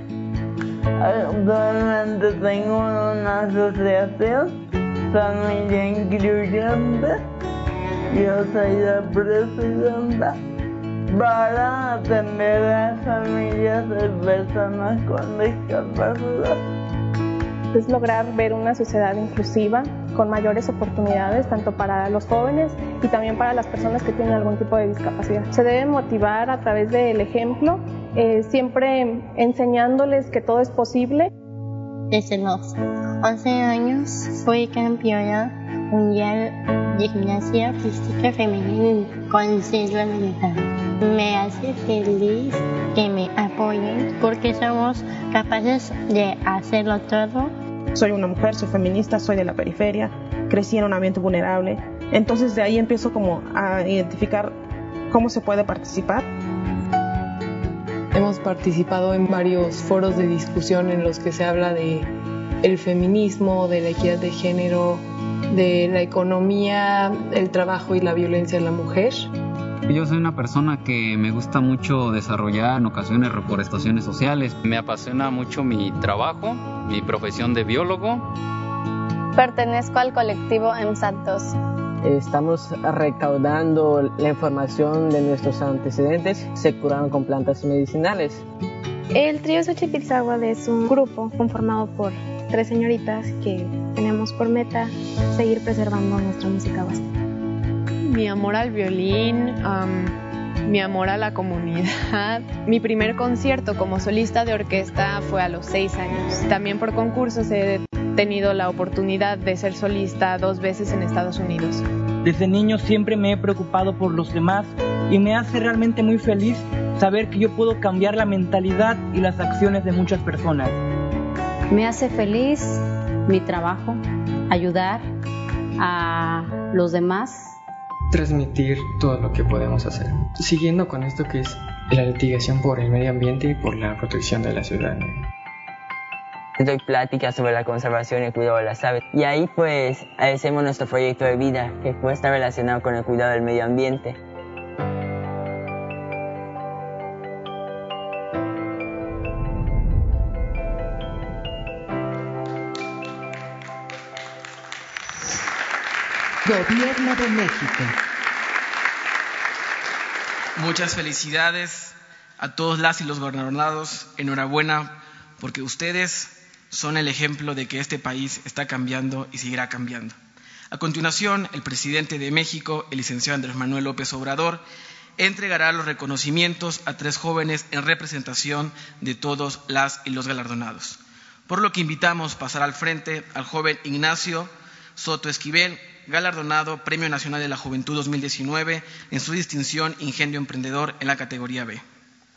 Actualmente tengo una asociación, Familia Incluyente. Yo soy la presidenta para atender a familias de personas con discapacidad. Es lograr ver una sociedad inclusiva con mayores oportunidades tanto para los jóvenes y también para las personas que tienen algún tipo de discapacidad. Se debe motivar a través del ejemplo, siempre enseñándoles que todo es posible. Desde los 11 años fui campeona mundial de gimnasia física femenina con síndrome de Down. Me hace feliz que me apoyen porque somos capaces de hacerlo todo. Soy una mujer, soy feminista, soy de la periferia, crecí en un ambiente vulnerable. Entonces de ahí empiezo como a identificar cómo se puede participar. Hemos participado en varios foros de discusión en los que se habla de el feminismo, de la equidad de género, de la economía, el trabajo y la violencia en la mujer. Yo soy una persona que me gusta mucho desarrollar en ocasiones reforestaciones sociales. Me apasiona mucho mi trabajo, mi profesión de biólogo. Pertenezco al colectivo EMSAT2. Estamos recaudando la información de nuestros antecedentes. Se curaron con plantas medicinales. El trío Xochipilzáhuatl es un grupo conformado por 3 señoritas que tenemos por meta seguir preservando nuestra música huasteca. Mi amor al violín, mi amor a la comunidad. Mi primer concierto como solista de orquesta fue a los 6 años. También por concursos he tenido la oportunidad de ser solista 2 veces en Estados Unidos. Desde niño siempre me he preocupado por los demás y me hace realmente muy feliz saber que yo puedo cambiar la mentalidad y las acciones de muchas personas. Me hace feliz mi trabajo, ayudar a los demás. Transmitir todo lo que podemos hacer, siguiendo con esto que es la litigación por el medio ambiente y por la protección de la ciudadanía. Doy pláticas sobre la conservación y el cuidado de las aves. Y ahí hacemos nuestro proyecto de vida, que puede estar relacionado con el cuidado del medio ambiente. Gobierno de México. Muchas felicidades a todos las y los galardonados. Enhorabuena, porque ustedes son el ejemplo de que este país está cambiando y seguirá cambiando. A continuación, el presidente de México, el licenciado Andrés Manuel López Obrador, entregará los reconocimientos a 3 jóvenes en representación de todos las y los galardonados. Por lo que invitamos a pasar al frente al joven Ignacio Soto Esquivel, galardonado Premio Nacional de la Juventud 2019 en su distinción Ingenio Emprendedor en la categoría B.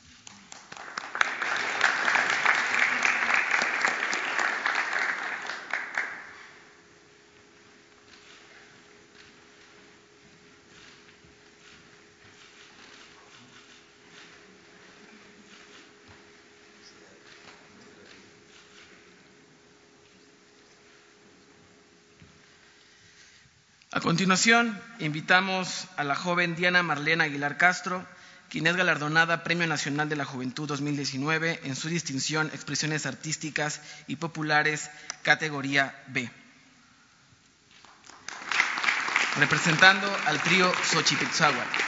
A continuación, invitamos a la joven Diana Marlena Aguilar Castro, quien es galardonada Premio Nacional de la Juventud 2019 en su distinción Expresiones Artísticas y Populares, categoría B. Representando al trío Xochipetzáhuatl.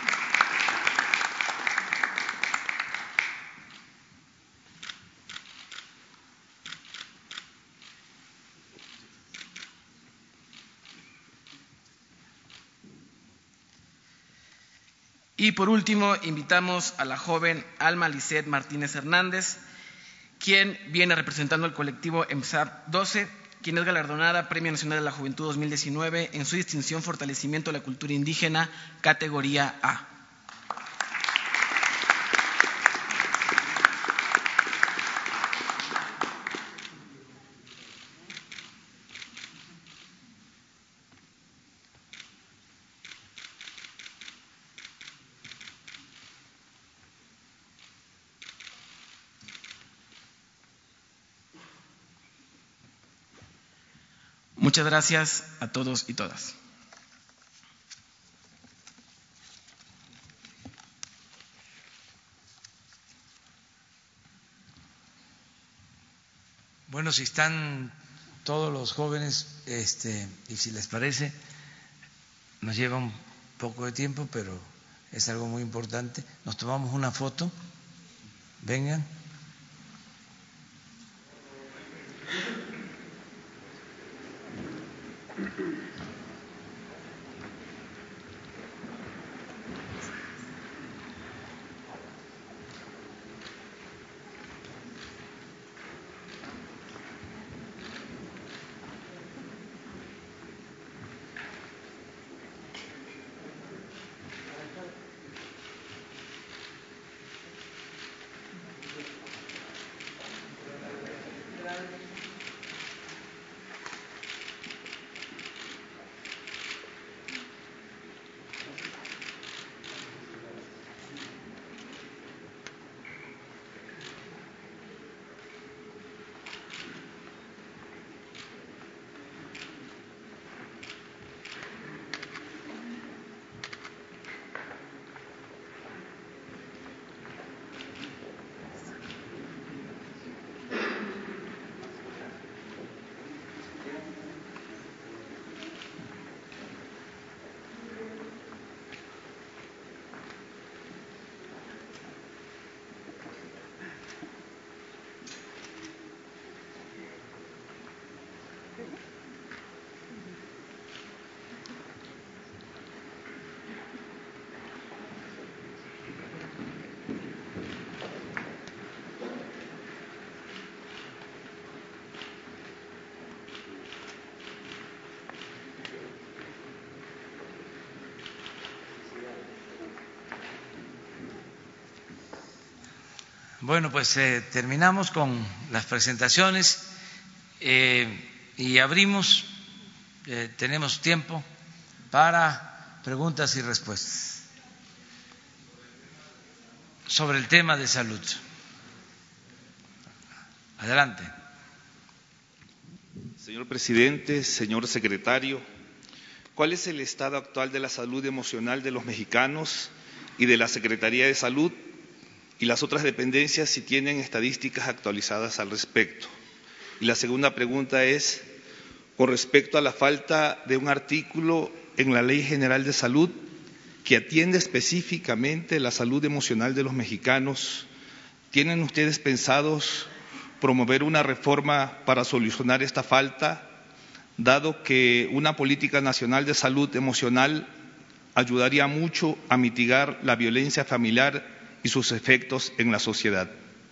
Y por último, invitamos a la joven Alma Lisset Martínez Hernández, quien viene representando al colectivo EMSAT 12, quien es galardonada Premio Nacional de la Juventud 2019 en su distinción Fortalecimiento de la Cultura Indígena, categoría A. Muchas gracias a todos y todas. Bueno, si están todos los jóvenes, y si les parece, nos lleva un poco de tiempo, pero es algo muy importante. Nos tomamos una foto. Vengan. Bueno, pues terminamos con las presentaciones y abrimos, tenemos tiempo para preguntas y respuestas sobre el tema de salud. Adelante. Señor presidente, señor secretario, ¿cuál es el estado actual de la salud emocional de los mexicanos y de la Secretaría de Salud y las otras dependencias, si tienen estadísticas actualizadas al respecto? Y la segunda pregunta es, con respecto a la falta de un artículo en la Ley General de Salud que atiende específicamente la salud emocional de los mexicanos, ¿tienen ustedes pensados promover una reforma para solucionar esta falta dado que una política nacional de salud emocional ayudaría mucho a mitigar la violencia familiar y sus efectos en la sociedad.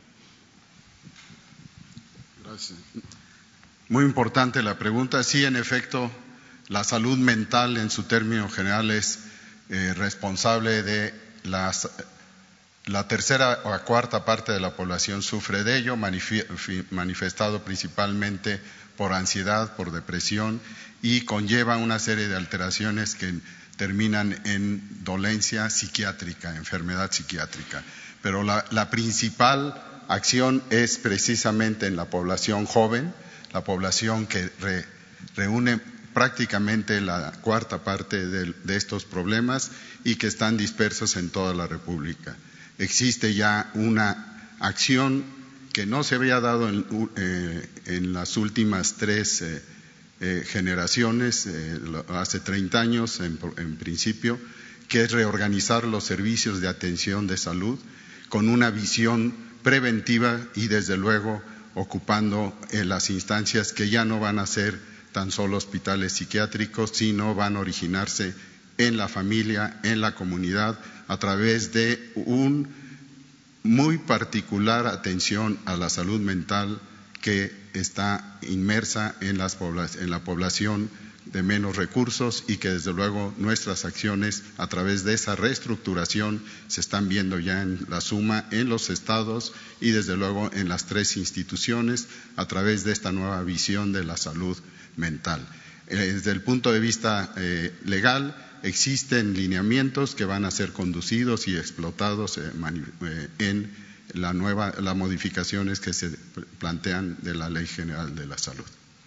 Gracias. Muy importante la pregunta. Sí, en efecto, la salud mental en su término general es responsable de la tercera o cuarta parte de la población sufre de ello, manifestado principalmente por ansiedad, por depresión, y conlleva una serie de alteraciones que terminan en dolencia psiquiátrica, enfermedad psiquiátrica. Pero la principal acción es precisamente en la población joven, la población que reúne prácticamente la cuarta parte de estos problemas y que están dispersos en toda la República. Existe ya una acción que no se había dado en las últimas tres generaciones, hace 30 años en principio, que es reorganizar los servicios de atención de salud con una visión preventiva y desde luego ocupando las instancias que ya no van a ser tan solo hospitales psiquiátricos, sino van a originarse en la familia, en la comunidad, a través de un muy particular atención a la salud mental que está inmersa en la población de menos recursos y que desde luego nuestras acciones a través de esa reestructuración se están viendo ya en la suma en los estados y desde luego en las tres instituciones a través de esta nueva visión de la salud mental. Desde el punto de vista legal, existen lineamientos que van a ser conducidos y explotados en las modificaciones que se plantean de la Ley General de la Salud.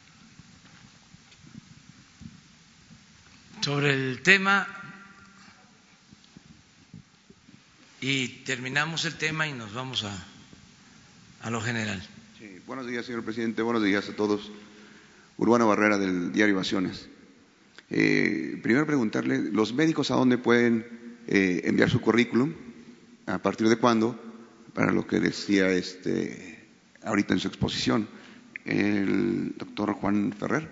Sobre el tema, y terminamos el tema y nos vamos a lo general. Sí, buenos días, señor presidente, buenos días a todos. Urbano Barrera, del diario Ovaciones. Primero preguntarle, ¿los médicos a dónde pueden enviar su currículum? ¿A partir de cuándo? Para lo que decía ahorita en su exposición el doctor Juan Ferrer.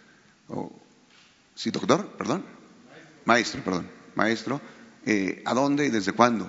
Sí, doctor, perdón. Maestro, perdón. Maestro, ¿a dónde y desde cuándo?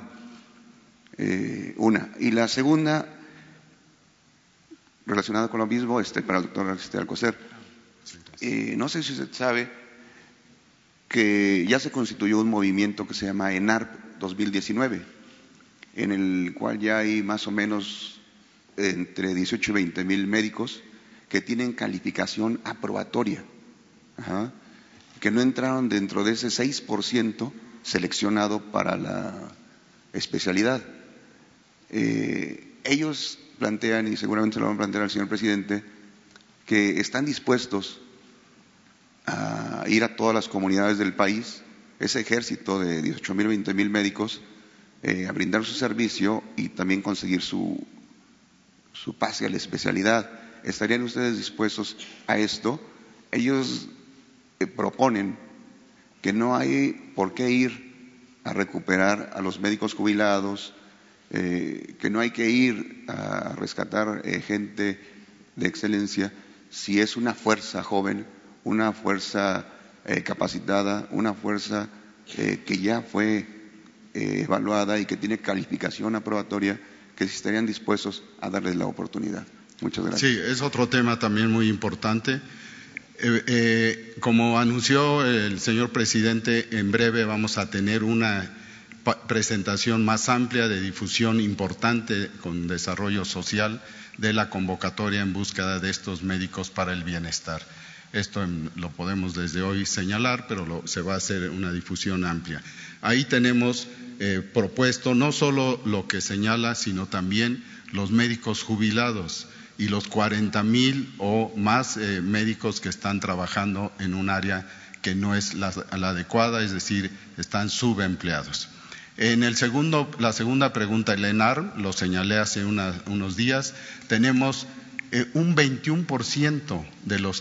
Una. Y la segunda, relacionada con lo mismo, para el doctor Alcocer. No sé si usted sabe que ya se constituyó un movimiento que se llama ENARP 2019, en el cual ya hay más o menos entre 18 y 20 mil médicos que tienen calificación aprobatoria, que no entraron dentro de ese 6% seleccionado para la especialidad. Ellos plantean, y seguramente lo van a plantear al señor presidente, que están dispuestos a ir a todas las comunidades del país, ese ejército de 18,000, 20,000 médicos, a brindar su servicio y también conseguir su pase a la especialidad. ¿Estarían ustedes dispuestos a esto? Ellos proponen que no hay por qué ir a recuperar a los médicos jubilados, que no hay que ir a rescatar gente de excelencia si es una fuerza joven, una fuerza capacitada, una fuerza que ya fue evaluada y que tiene calificación aprobatoria, que si estarían dispuestos a darles la oportunidad. Muchas gracias. Sí, es otro tema también muy importante. Como anunció el señor presidente, en breve vamos a tener una presentación más amplia de difusión importante con desarrollo social de la convocatoria en búsqueda de estos médicos para el bienestar. Esto lo podemos desde hoy señalar, pero se va a hacer una difusión amplia. Ahí tenemos propuesto no solo lo que señala, sino también los médicos jubilados y los 40,000 o más médicos que están trabajando en un área que no es la adecuada, es decir, están subempleados. En la segunda pregunta, el ENARP, lo señalé hace unos días, tenemos un 21% de los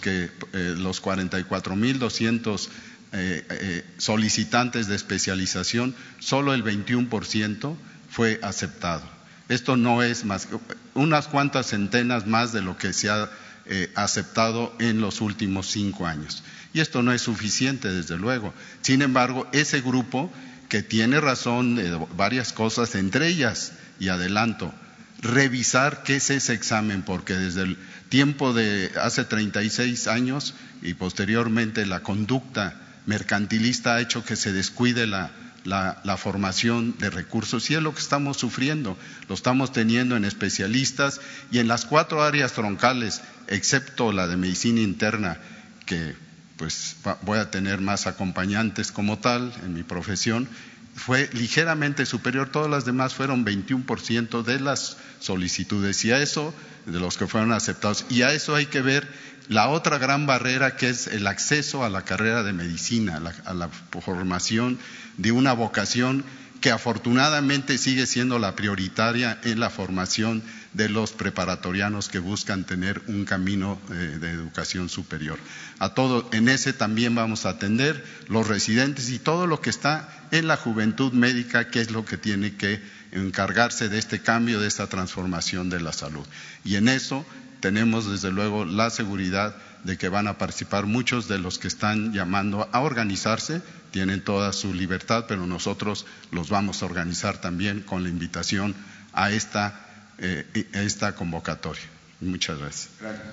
44,200 solicitantes de especialización, solo el 21% fue aceptado. Esto no es más que unas cuantas centenas más de lo que se ha aceptado en los últimos 5 años. Y esto no es suficiente, desde luego. Sin embargo, ese grupo que tiene razón de varias cosas, entre ellas, y adelanto, revisar qué es ese examen, porque desde el tiempo de hace 36 años y posteriormente la conducta mercantilista ha hecho que se descuide la formación de recursos, y es lo que estamos sufriendo, lo estamos teniendo en especialistas y en las 4 áreas troncales, excepto la de medicina interna, que pues voy a tener más acompañantes como tal en mi profesión, fue ligeramente superior, todas las demás fueron 21% de las solicitudes, y a eso, de los que fueron aceptados, y a eso hay que ver la otra gran barrera, que es el acceso a la carrera de medicina, a la formación de una vocación que afortunadamente sigue siendo la prioritaria en la formación de los preparatorianos que buscan tener un camino de educación superior. A todo, en ese también vamos a atender los residentes y todo lo que está en la juventud médica, que es lo que tiene que encargarse de este cambio, de esta transformación de la salud. Y en eso tenemos desde luego la seguridad de que van a participar muchos de los que están llamando a organizarse, tienen toda su libertad, pero nosotros los vamos a organizar también con la invitación a esta convocatoria. Muchas gracias. Gracias.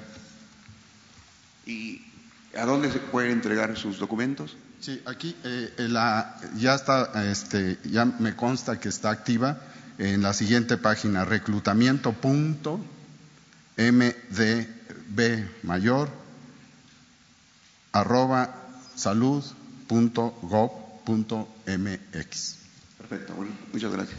¿Y a dónde se pueden entregar sus documentos? Sí, aquí ya está, ya me consta que está activa en la siguiente página, reclutamiento.mdbmayor@salud.gov.mx. Perfecto, bueno, muchas gracias.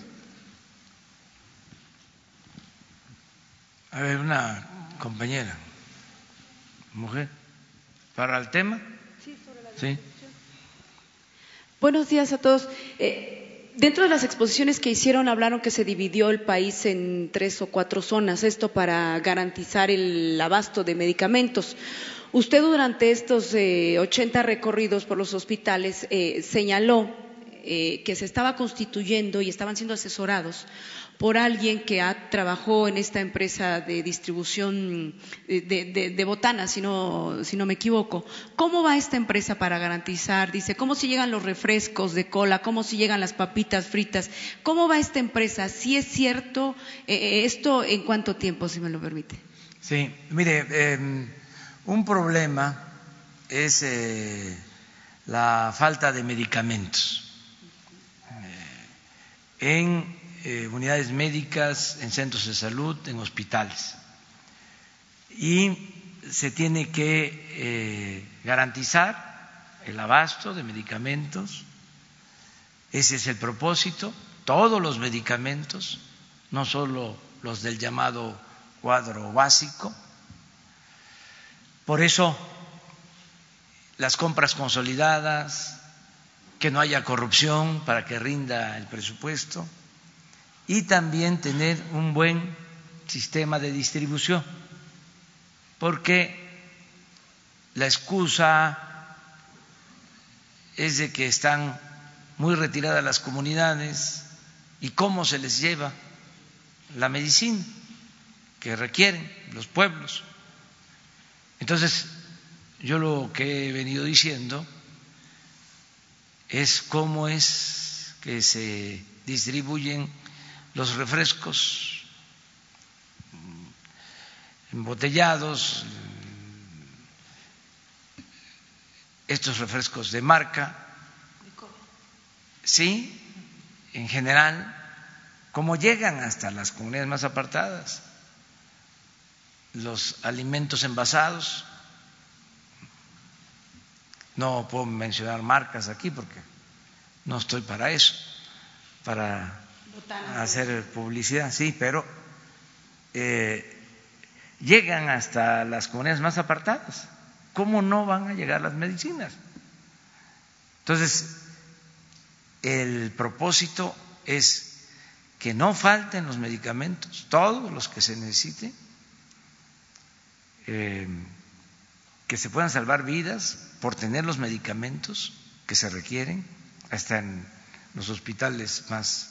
A ver, una compañera, mujer, para el tema. Sí, sobre la sí. Buenos días a todos. Dentro de las exposiciones que hicieron hablaron que se dividió el país en 3 o 4 zonas, esto para garantizar el abasto de medicamentos. Usted durante estos 80 recorridos por los hospitales señaló que se estaba constituyendo y estaban siendo asesorados por alguien que trabajó en esta empresa de distribución de botanas, si no me equivoco. ¿Cómo va esta empresa para garantizar? Dice, ¿cómo si llegan los refrescos de cola? ¿Cómo si llegan las papitas fritas? ¿Cómo va esta empresa? ¿Sí es cierto esto? ¿En cuánto tiempo, si me lo permite? Sí, mire, un problema es la falta de medicamentos en unidades médicas, en centros de salud, en hospitales. Y se tiene que garantizar el abasto de medicamentos, ese es el propósito, todos los medicamentos, no solo los del llamado cuadro básico. Por eso, las compras consolidadas, que no haya corrupción para que rinda el presupuesto, y también tener un buen sistema de distribución, porque la excusa es de que están muy retiradas las comunidades y cómo se les lleva la medicina que requieren los pueblos. Entonces, yo lo que he venido diciendo es cómo es que se distribuyen los refrescos embotellados, estos refrescos de marca, sí, en general, cómo llegan hasta las comunidades más apartadas, los alimentos envasados. No puedo mencionar marcas aquí porque no estoy para eso, para hacer publicidad, sí, pero llegan hasta las comunidades más apartadas. ¿Cómo no van a llegar las medicinas? Entonces, el propósito es que no falten los medicamentos, todos los que se necesiten, que se puedan salvar vidas por tener los medicamentos que se requieren, hasta en los hospitales más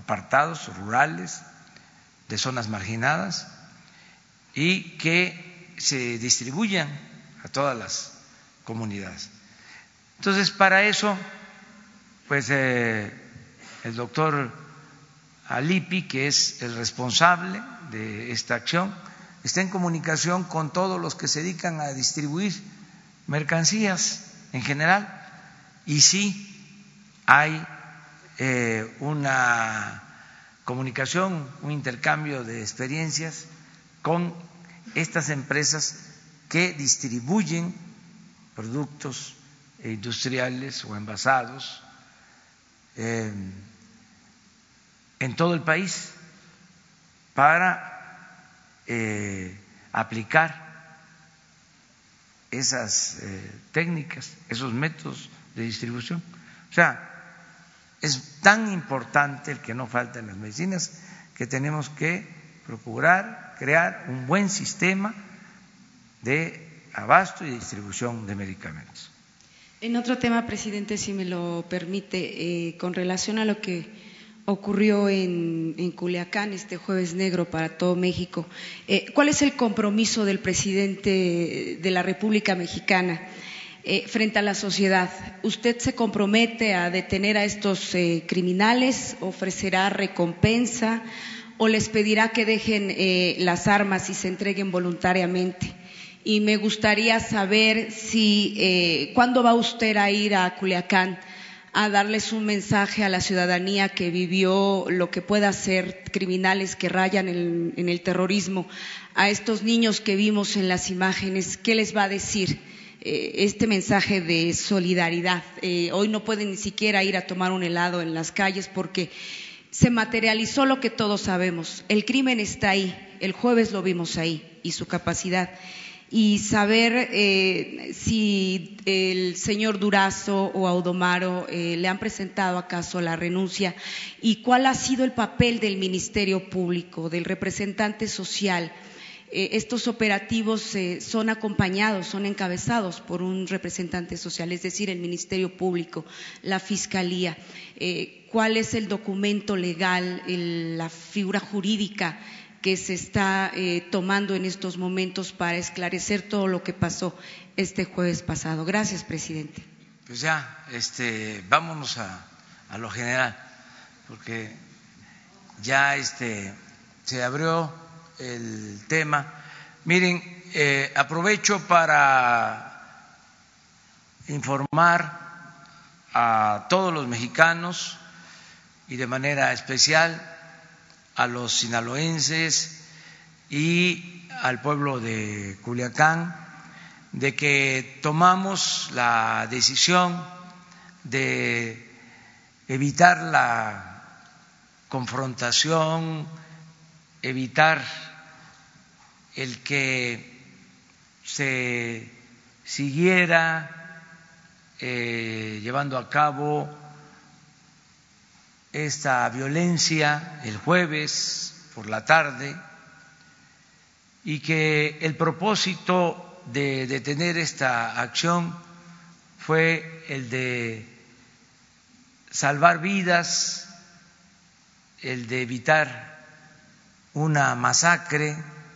apartados, rurales, de zonas marginadas, y que se distribuyan a todas las comunidades. Entonces, para eso, pues el doctor Alipi, que es el responsable de esta acción, está en comunicación con todos los que se dedican a distribuir mercancías en general, y sí hay una comunicación, un intercambio de experiencias con estas empresas que distribuyen productos industriales o envasados en todo el país para aplicar esas técnicas, esos métodos de distribución. O sea, es tan importante el que no falten las medicinas que tenemos que procurar crear un buen sistema de abasto y distribución de medicamentos. En otro tema, presidente, si me lo permite, con relación a lo que ocurrió en Culiacán este Jueves Negro para todo México, ¿cuál es el compromiso del presidente de la República Mexicana frente a la sociedad? ¿Usted se compromete a detener a estos criminales? ¿Ofrecerá recompensa? ¿O les pedirá que dejen las armas y se entreguen voluntariamente? Y me gustaría saber si ¿cuándo va usted a ir a Culiacán a darles un mensaje a la ciudadanía que vivió lo que pueda ser criminales que rayan en el terrorismo, a estos niños que vimos en las imágenes? ¿Qué les va a decir este mensaje de solidaridad? Hoy no pueden ni siquiera ir a tomar un helado en las calles porque se materializó lo que todos sabemos. El crimen está ahí, el jueves lo vimos ahí, y su capacidad. Y saber si el señor Durazo o Audomaro le han presentado acaso la renuncia, y cuál ha sido el papel del Ministerio Público, del representante social. Estos operativos son acompañados, son encabezados por un representante social, es decir, el Ministerio Público, la Fiscalía. ¿Cuál es el documento legal, la figura jurídica que se está tomando en estos momentos para esclarecer todo lo que pasó este jueves pasado? Gracias, presidente. Pues ya, vámonos a lo general, porque ya se abrió el tema. Miren, aprovecho para informar a todos los mexicanos y de manera especial a los sinaloenses y al pueblo de Culiacán de que tomamos la decisión de evitar la confrontación, evitar el que se siguiera llevando a cabo esta violencia el jueves por la tarde, y que el propósito de detener esta acción fue el de salvar vidas, el de evitar una masacre.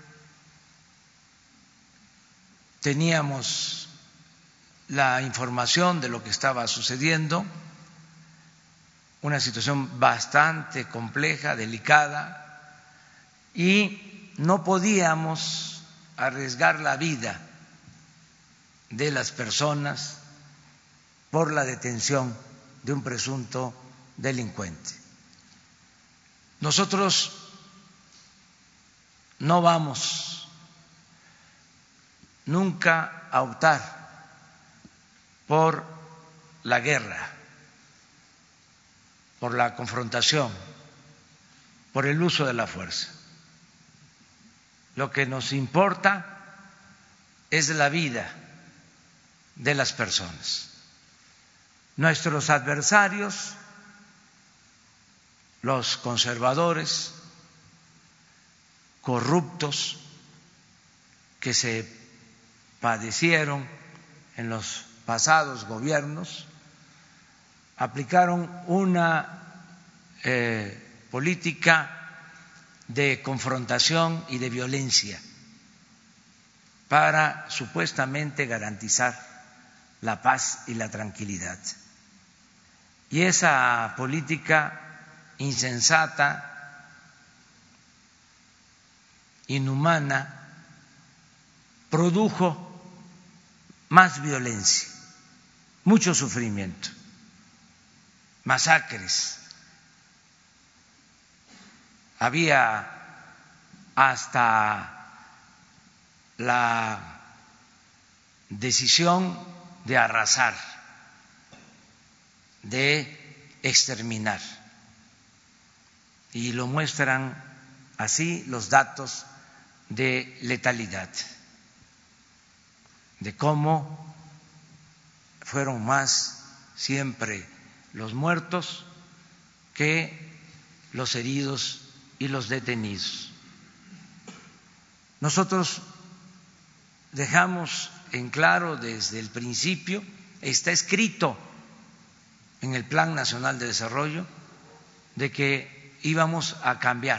Teníamos la información de lo que estaba sucediendo, una situación bastante compleja, delicada, y no podíamos arriesgar la vida de las personas por la detención de un presunto delincuente. Nosotros no vamos nunca a optar por la guerra, por la confrontación, por el uso de la fuerza. Lo que nos importa es la vida de las personas. Nuestros adversarios, los conservadores, corruptos que se padecieron en los pasados gobiernos, aplicaron una política de confrontación y de violencia para supuestamente garantizar la paz y la tranquilidad. Y esa política insensata, inhumana, produjo más violencia, mucho sufrimiento, masacres. Había hasta la decisión de arrasar, de exterminar. Y lo muestran así los datos de letalidad, de cómo fueron más siempre los muertos que los heridos y los detenidos. Nosotros dejamos en claro desde el principio, está escrito en el Plan Nacional de Desarrollo, de que íbamos a cambiar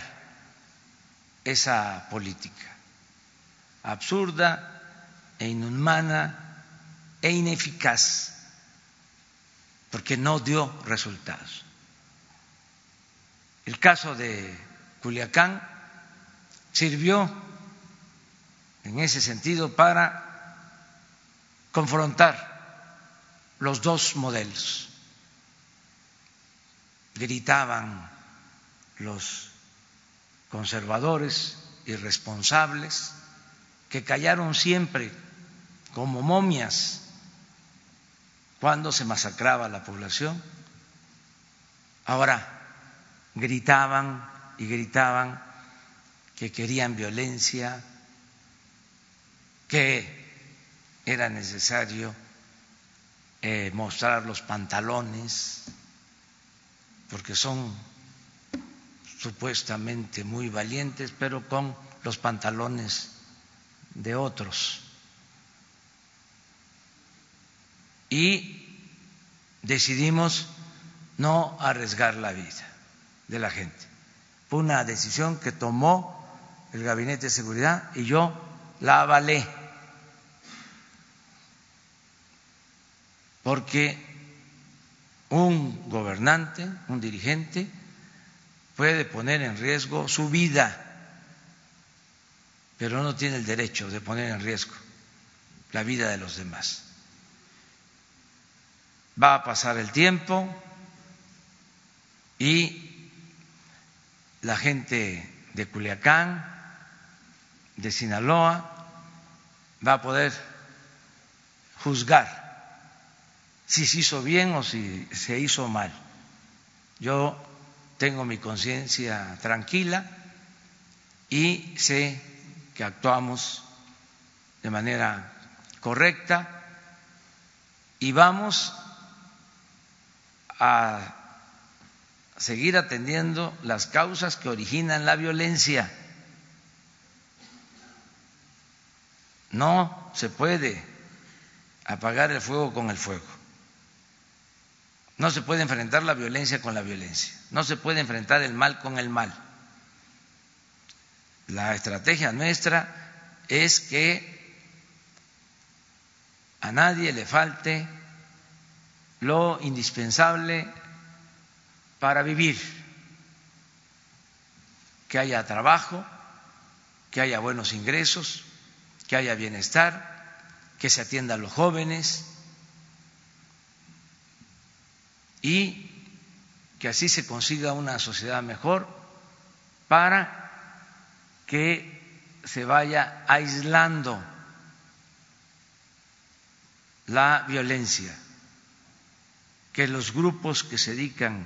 esa política absurda e inhumana e ineficaz, porque no dio resultados. El caso de Culiacán sirvió en ese sentido para confrontar los dos modelos. Gritaban los conservadores irresponsables que callaron siempre como momias cuando se masacraba a la población. Ahora gritaban y gritaban que querían violencia, que era necesario mostrar los pantalones, porque son supuestamente muy valientes, pero con los pantalones de otros. Y decidimos no arriesgar la vida de la gente. Fue una decisión que tomó el Gabinete de Seguridad y yo la avalé, porque un gobernante, un dirigente, puede poner en riesgo su vida, pero no tiene el derecho de poner en riesgo la vida de los demás. Va a pasar el tiempo y la gente de Culiacán, de Sinaloa, va a poder juzgar si se hizo bien o si se hizo mal. Yo tengo mi conciencia tranquila y sé que actuamos de manera correcta y vamos a seguir atendiendo las causas que originan la violencia. No se puede apagar el fuego con el fuego. No se puede enfrentar la violencia con la violencia. No se puede enfrentar el mal con el mal. La estrategia nuestra es que a nadie le falte lo indispensable para vivir, que haya trabajo, que haya buenos ingresos, que haya bienestar, que se atienda a los jóvenes y que así se consiga una sociedad mejor para que se vaya aislando la violencia, que los grupos que se dedican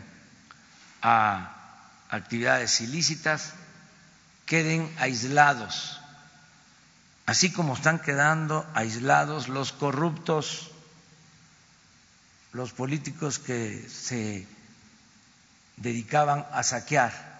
a actividades ilícitas queden aislados, así como están quedando aislados los corruptos, los políticos que se dedicaban a saquear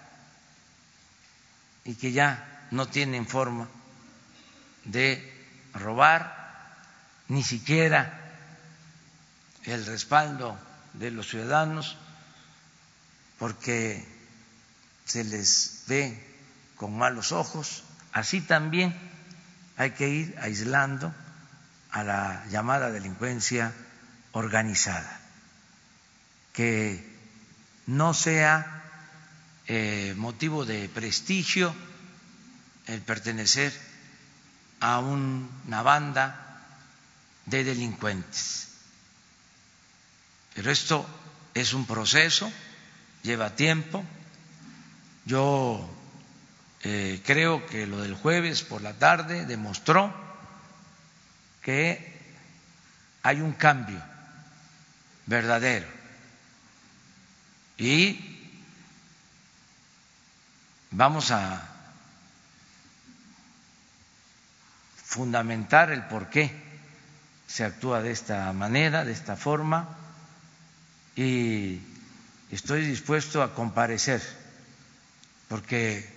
y que ya no tienen forma de robar, ni siquiera el respaldo de los ciudadanos, porque se les ve con malos ojos. Así también hay que ir aislando a la llamada delincuencia organizada, que no sea motivo de prestigio el pertenecer a una banda de delincuentes. Pero esto es un proceso, lleva tiempo. Yo creo que lo del jueves por la tarde demostró que hay un cambio verdadero y vamos a fundamentar el por qué se actúa de esta manera, de esta forma, y estoy dispuesto a comparecer porque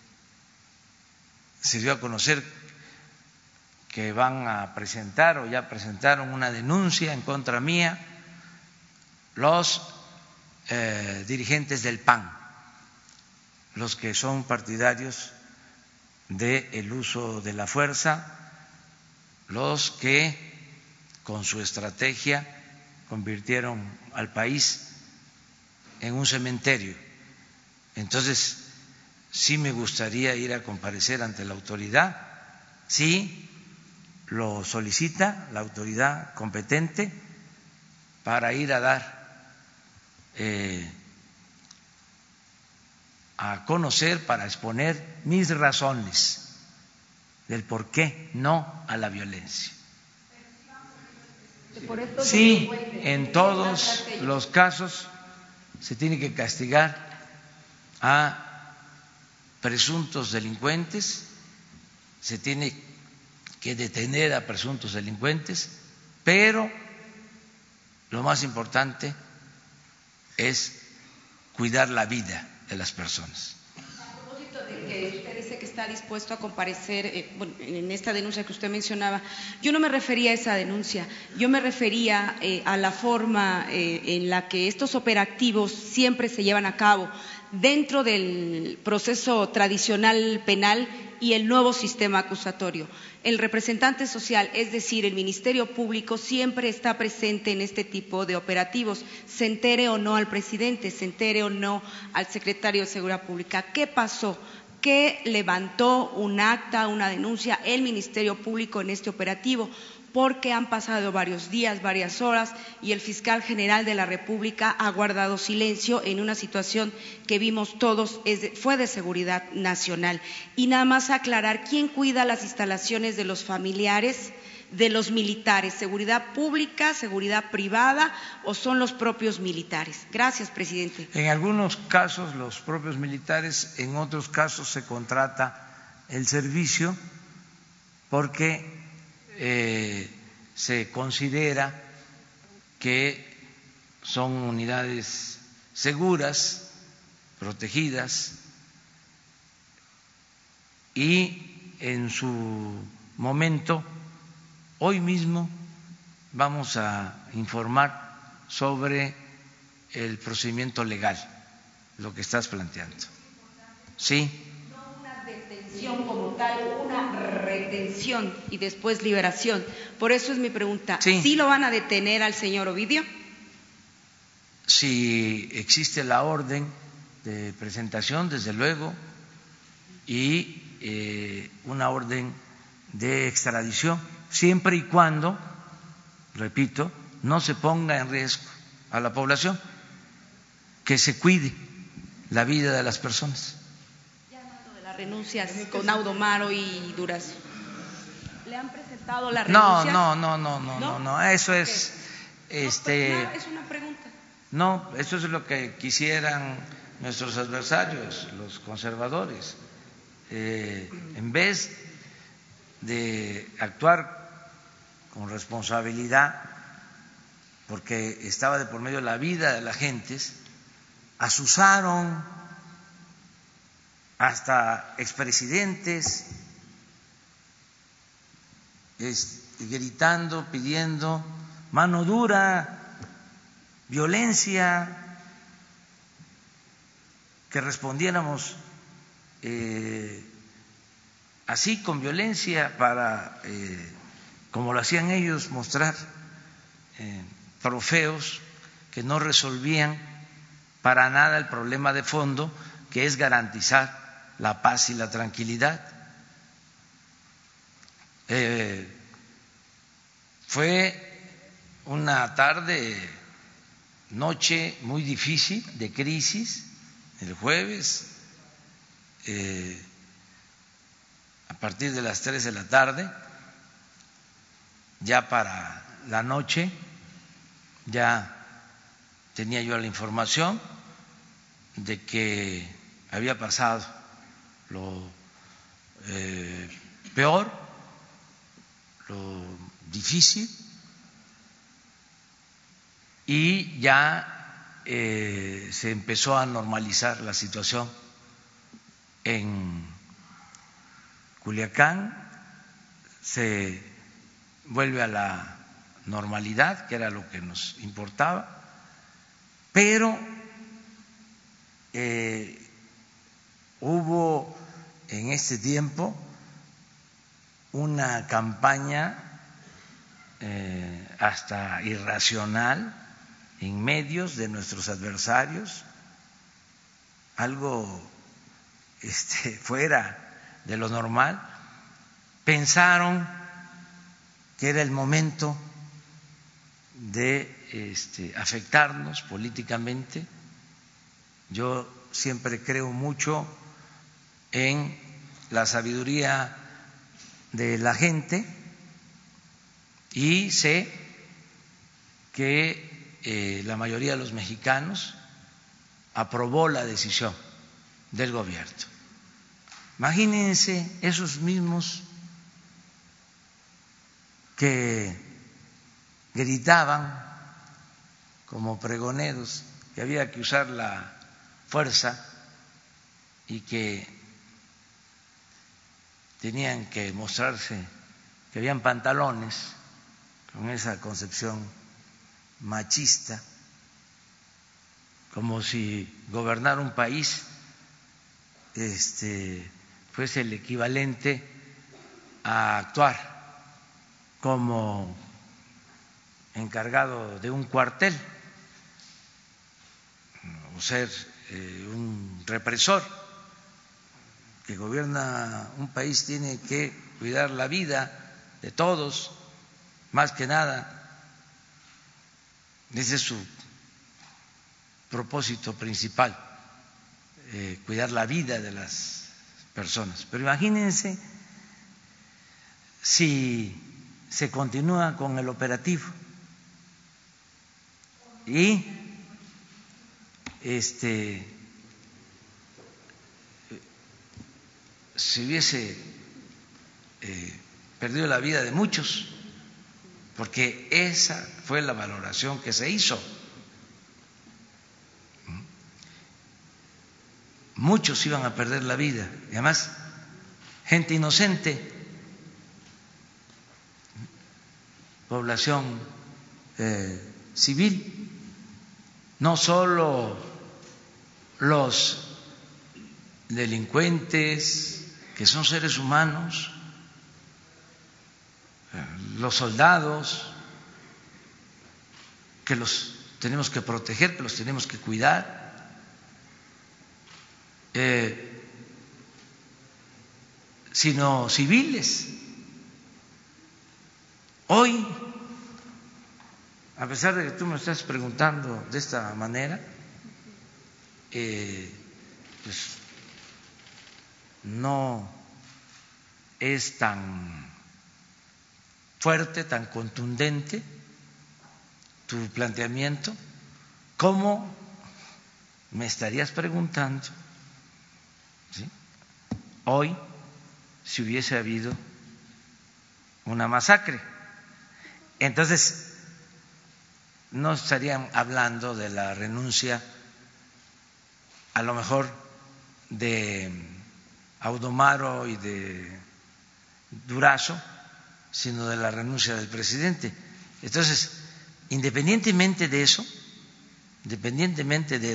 se dio a conocer que van a presentar o ya presentaron una denuncia en contra mía los dirigentes del PAN, los que son partidarios del uso de la fuerza, los que con su estrategia convirtieron al país en un cementerio. Entonces, sí me gustaría ir a comparecer ante la autoridad, sí lo solicita la autoridad competente, para ir a dar a conocer, para exponer mis razones del por qué no a la violencia. Sí, en todos los casos se tiene que castigar a presuntos delincuentes, se tiene que detener a presuntos delincuentes, pero lo más importante es cuidar la vida de las personas. A propósito de que usted dice que está dispuesto a comparecer en esta denuncia que usted mencionaba, yo no me refería a esa denuncia, yo me refería a la forma en la que estos operativos siempre se llevan a cabo dentro del proceso tradicional penal y el nuevo sistema acusatorio. El representante social, es decir, el Ministerio Público, siempre está presente en este tipo de operativos, se entere o no al presidente, se entere o no al secretario de Seguridad Pública. ¿Qué pasó? ¿Qué levantó un acta, una denuncia el Ministerio Público en este operativo? Porque han pasado varios días, varias horas, y el fiscal general de la República ha guardado silencio en una situación que vimos todos fue de seguridad nacional. Y nada más aclarar, ¿quién cuida las instalaciones de los familiares de los militares? ¿Seguridad pública, seguridad privada o son los propios militares? Gracias, presidente. En algunos casos los propios militares, en otros casos se contrata el servicio porque se considera que son unidades seguras, protegidas, y en su momento, hoy mismo, vamos a informar sobre el procedimiento legal, lo que estás planteando. Sí. Como tal, una retención y después liberación. Por eso es mi pregunta. ¿Sí lo van a detener al señor Ovidio? Si existe la orden de presentación, desde luego, y una orden de extradición, siempre y cuando, repito, no se ponga en riesgo a la población, que se cuide la vida de las personas. Renuncias con Audomaro y Durazo. ¿Le han presentado la renuncia? No, eso es es una pregunta. No, eso es lo que quisieran nuestros adversarios, los conservadores. En vez de actuar con responsabilidad, porque estaba de por medio la vida de las gentes, asusaron hasta expresidentes, gritando, pidiendo mano dura, violencia, que respondiéramos así con violencia para, como lo hacían ellos, mostrar trofeos que no resolvían para nada el problema de fondo, que es garantizar la paz y la tranquilidad. Fue una tarde, noche muy difícil de crisis el jueves, a partir de las 3 de la tarde, ya para la noche, ya tenía yo la información de que había pasado lo peor, lo difícil, y ya se empezó a normalizar la situación en Culiacán, se vuelve a la normalidad, que era lo que nos importaba, pero hubo en este tiempo una campaña hasta irracional en medios de nuestros adversarios, algo fuera de lo normal. Pensaron que era el momento de afectarnos políticamente. Yo siempre creo mucho en la sabiduría de la gente y sé que la mayoría de los mexicanos aprobó la decisión del gobierno. Imagínense esos mismos que gritaban como pregoneros que había que usar la fuerza y que tenían que mostrarse que habían pantalones, con esa concepción machista, como si gobernar un país fuese el equivalente a actuar como encargado de un cuartel o ser un represor. Que gobierna un país tiene que cuidar la vida de todos, más que nada. Ese es su propósito principal, cuidar la vida de las personas. Pero imagínense si se continúa con el operativo y se hubiese perdido la vida de muchos, porque esa fue la valoración que se hizo. Muchos iban a perder la vida, y además gente inocente, población civil, no solo los delincuentes, que son seres humanos, los soldados, que los tenemos que proteger, que los tenemos que cuidar, sino civiles. Hoy, a pesar de que tú me estás preguntando de esta manera, pues no es tan fuerte, tan contundente tu planteamiento, como me estarías preguntando, ¿sí?, hoy si hubiese habido una masacre. Entonces no estarían hablando de la renuncia, a lo mejor, de Audomaro y de Durazo, sino de la renuncia del presidente. Entonces, independientemente de eso,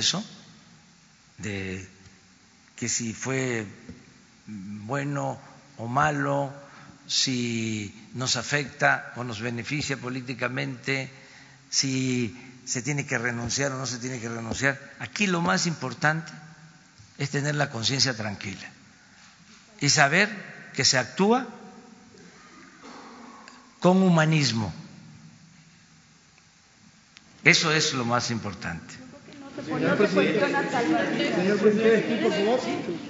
de que si fue bueno o malo, si nos afecta o nos beneficia políticamente, si se tiene que renunciar o no se tiene que renunciar. Aquí lo más importante es tener la conciencia tranquila y saber que se actúa con humanismo. Eso es lo más importante. Señor presidente, aquí, por favor.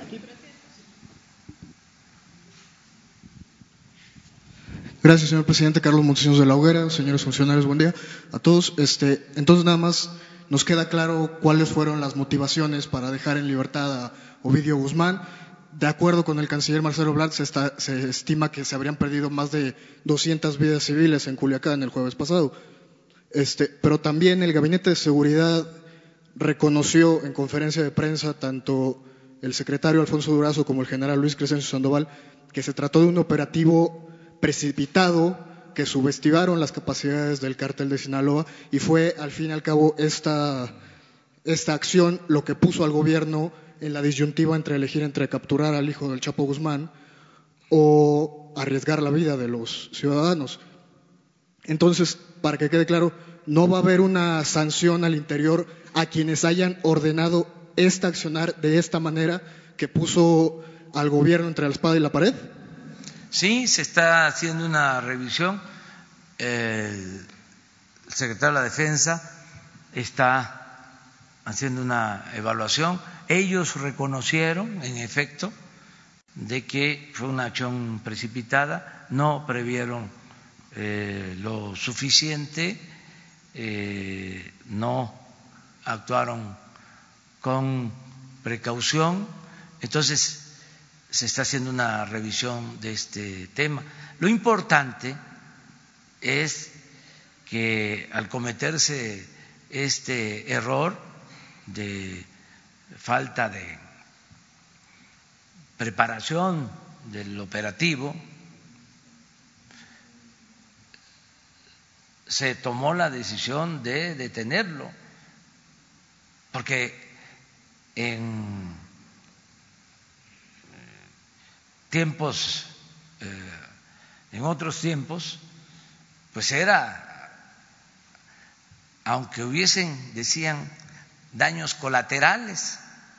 Gracias, señor presidente. Carlos Montesinos de la Hoguera. Señores funcionarios, buen día a todos. Entonces, nada más nos queda claro cuáles fueron las motivaciones para dejar en libertad a Ovidio Guzmán. De acuerdo con el canciller Marcelo Ebrard, se estima que se habrían perdido más de 200 vidas civiles en Culiacán el jueves pasado. Pero también el Gabinete de Seguridad reconoció en conferencia de prensa, tanto el secretario Alfonso Durazo como el general Luis Crescencio Sandoval, que se trató de un operativo precipitado, que subestimaron las capacidades del cártel de Sinaloa, y fue al fin y al cabo esta acción lo que puso al gobierno en la disyuntiva entre elegir entre capturar al hijo del Chapo Guzmán o arriesgar la vida de los ciudadanos. Entonces, para que quede claro, no va a haber una sanción al interior a quienes hayan ordenado accionar de esta manera que puso al gobierno entre la espada y la pared. Sí, se está haciendo una revisión. El secretario de la Defensa está haciendo una evaluación. Ellos reconocieron, en efecto, de que fue una acción precipitada, no previeron lo suficiente, no actuaron con precaución. Entonces, se está haciendo una revisión de este tema. Lo importante es que al cometerse este error de falta de preparación del operativo, se tomó la decisión de detenerlo, porque en otros tiempos, pues era, aunque hubiesen, decían, daños colaterales.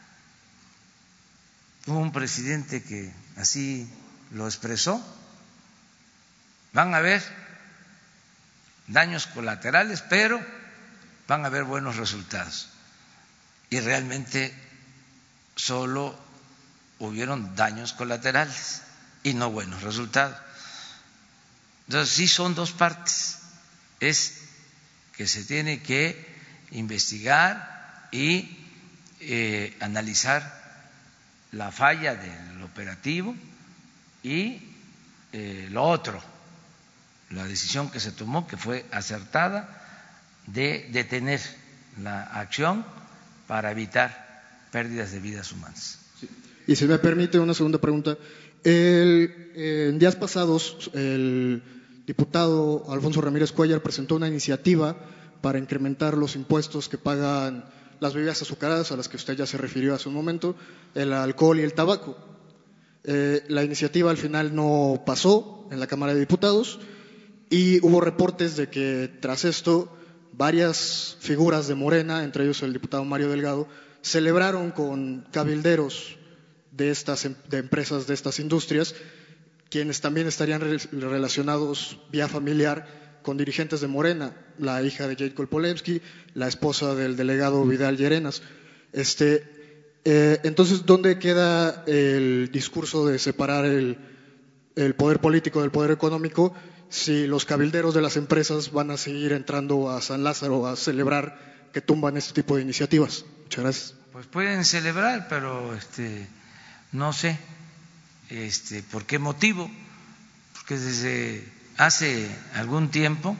Hubo un presidente que así lo expresó: van a haber daños colaterales, pero van a haber buenos resultados. Y realmente solo hubieron daños colaterales y no buenos resultados. Entonces, sí son dos partes. Es que se tiene que investigar y analizar la falla del operativo y lo otro, la decisión que se tomó, que fue acertada, de detener la acción para evitar pérdidas de vidas humanas. Sí. Y si me permite una segunda pregunta. En días pasados, el diputado Alfonso Ramírez Cuéllar presentó una iniciativa para incrementar los impuestos que pagan las bebidas azucaradas, a las que usted ya se refirió hace un momento, el alcohol y el tabaco. La iniciativa al final no pasó en la Cámara de Diputados y hubo reportes de que tras esto varias figuras de Morena, entre ellos el diputado Mario Delgado, celebraron con cabilderos de empresas de estas industrias, quienes también estarían relacionados vía familiar con dirigentes de Morena, la hija de Jade Kolpolemsky, la esposa del delegado Vidal Llerenas. Entonces, ¿dónde queda el discurso de separar el poder político del poder económico si los cabilderos de las empresas van a seguir entrando a San Lázaro a celebrar que tumban este tipo de iniciativas? Muchas gracias. Pues pueden celebrar, pero no sé por qué motivo, porque desde hace algún tiempo,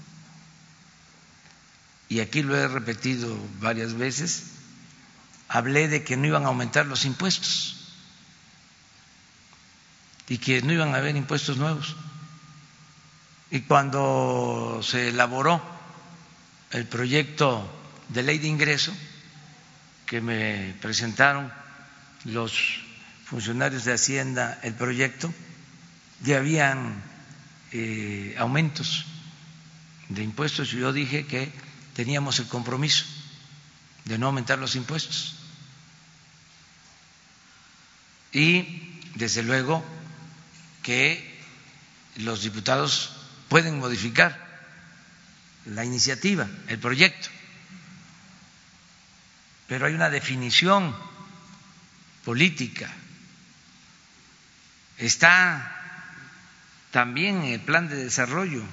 y aquí lo he repetido varias veces, hablé de que no iban a aumentar los impuestos y que no iban a haber impuestos nuevos. Y cuando se elaboró el proyecto de ley de ingreso que me presentaron los funcionarios de Hacienda, el proyecto, ya habían aumentos de impuestos. Yo dije que teníamos el compromiso de no aumentar los impuestos. Y desde luego que los diputados pueden modificar la iniciativa, el proyecto, pero hay una definición política. Está también en el plan de desarrollo.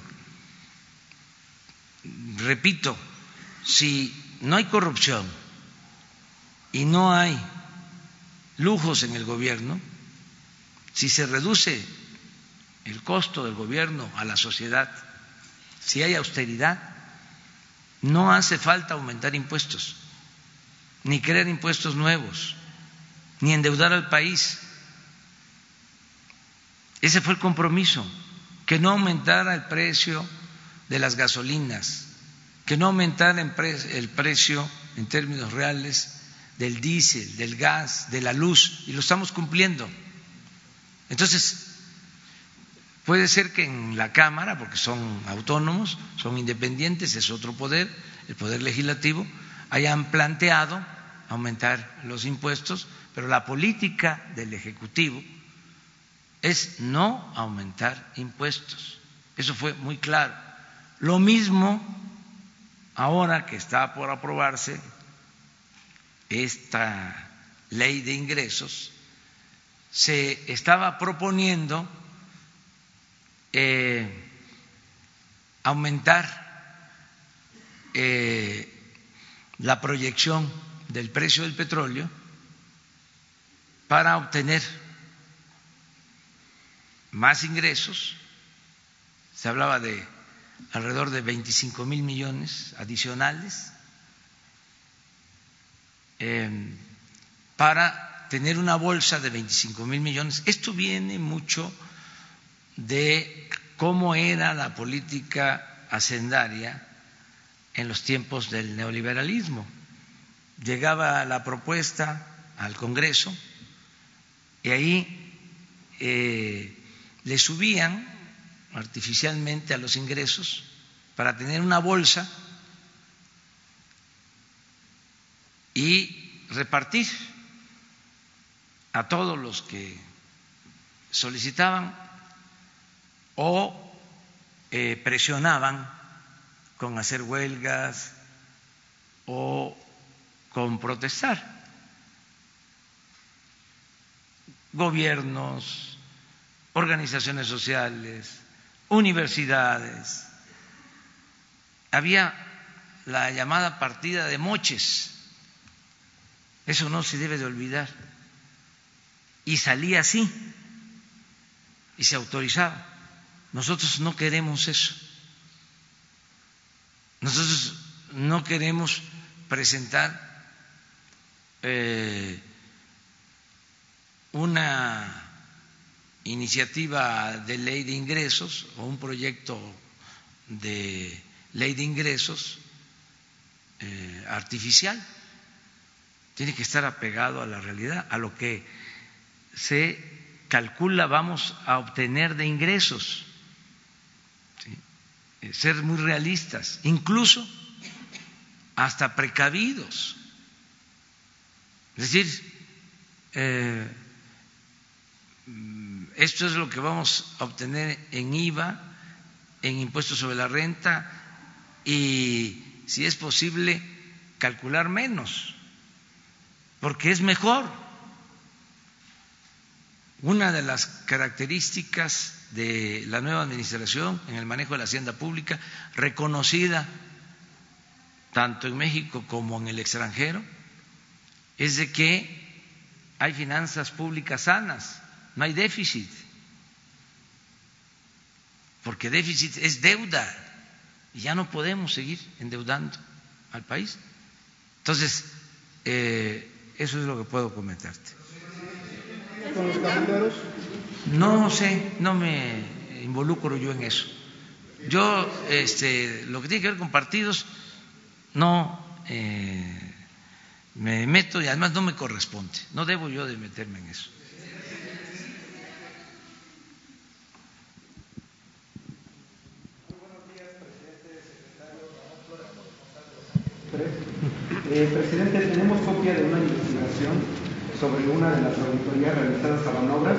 Repito, si no hay corrupción y no hay lujos en el gobierno, si se reduce el costo del gobierno a la sociedad, si hay austeridad, no hace falta aumentar impuestos, ni crear impuestos nuevos, ni endeudar al país. Ese fue el compromiso, que no aumentara el precio de las gasolinas, que no aumentara el precio en términos reales del diésel, del gas, de la luz, y lo estamos cumpliendo. Entonces, puede ser que en la Cámara, porque son autónomos, son independientes, es otro poder, el poder legislativo, hayan planteado aumentar los impuestos, pero la política del Ejecutivo es no aumentar impuestos. Eso fue muy claro. Lo mismo ahora que está por aprobarse esta ley de ingresos, se estaba proponiendo aumentar la proyección del precio del petróleo para obtener más ingresos. Se hablaba de alrededor de 25,000 millones adicionales para tener una bolsa de 25,000 millones. Esto viene mucho de cómo era la política hacendaria en los tiempos del neoliberalismo. Llegaba la propuesta al Congreso y ahí le subían artificialmente a los ingresos para tener una bolsa y repartir a todos los que solicitaban o presionaban con hacer huelgas o con protestar. Gobiernos, organizaciones sociales, universidades. Había la llamada partida de moches. Eso no se debe de olvidar. Y salía así y se autorizaba. Nosotros no queremos eso. Nosotros no queremos presentar una iniciativa de ley de ingresos o un proyecto de ley de ingresos artificial. Tiene que estar apegado a la realidad, a lo que se calcula vamos a obtener de ingresos. ¿Sí? Ser muy realistas, incluso hasta precavidos. Es decir, esto es lo que vamos a obtener en IVA, en impuestos sobre la renta y, si es posible, calcular menos, porque es mejor. Una de las características de la nueva administración en el manejo de la hacienda pública, reconocida tanto en México como en el extranjero, es de que hay finanzas públicas sanas, no hay déficit, porque déficit es deuda y ya no podemos seguir endeudando al país. Entonces, eso es lo que puedo comentarte. ¿Con los camioneros? No sé, no me involucro yo en eso. Yo, lo que tiene que ver con partidos, no me meto y además no me corresponde. No debo yo de meterme en eso. Presidente, tenemos copia de una investigación sobre una de las auditorías realizadas a Banobras.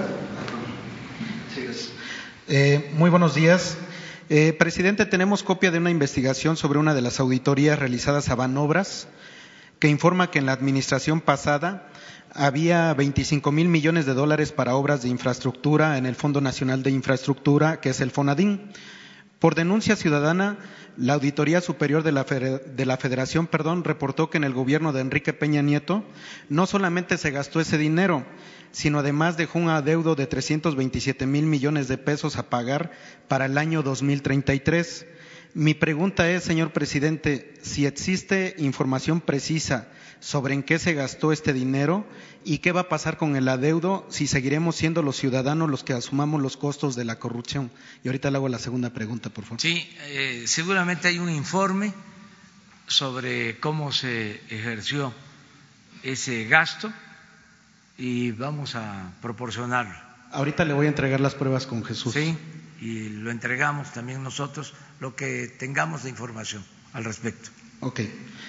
Muy buenos días. Presidente, tenemos copia de una investigación sobre una de las auditorías realizadas a Banobras que informa que en la administración pasada había 25,000 millones de dólares para obras de infraestructura en el Fondo Nacional de Infraestructura, que es el FONADIN. Por denuncia ciudadana, la Auditoría Superior de la Federación reportó que en el gobierno de Enrique Peña Nieto no solamente se gastó ese dinero, sino además dejó un adeudo de 327,000 millones de pesos a pagar para el año 2033. Mi pregunta es, señor presidente, si existe información precisa sobre en qué se gastó este dinero y qué va a pasar con el adeudo, si seguiremos siendo los ciudadanos los que asumamos los costos de la corrupción. Y ahorita le hago la segunda pregunta, por favor. Sí, seguramente hay un informe sobre cómo se ejerció ese gasto y vamos a proporcionarlo. Ahorita le voy a entregar las pruebas con Jesús. Sí, y lo entregamos también nosotros, lo que tengamos de información al respecto. Ok.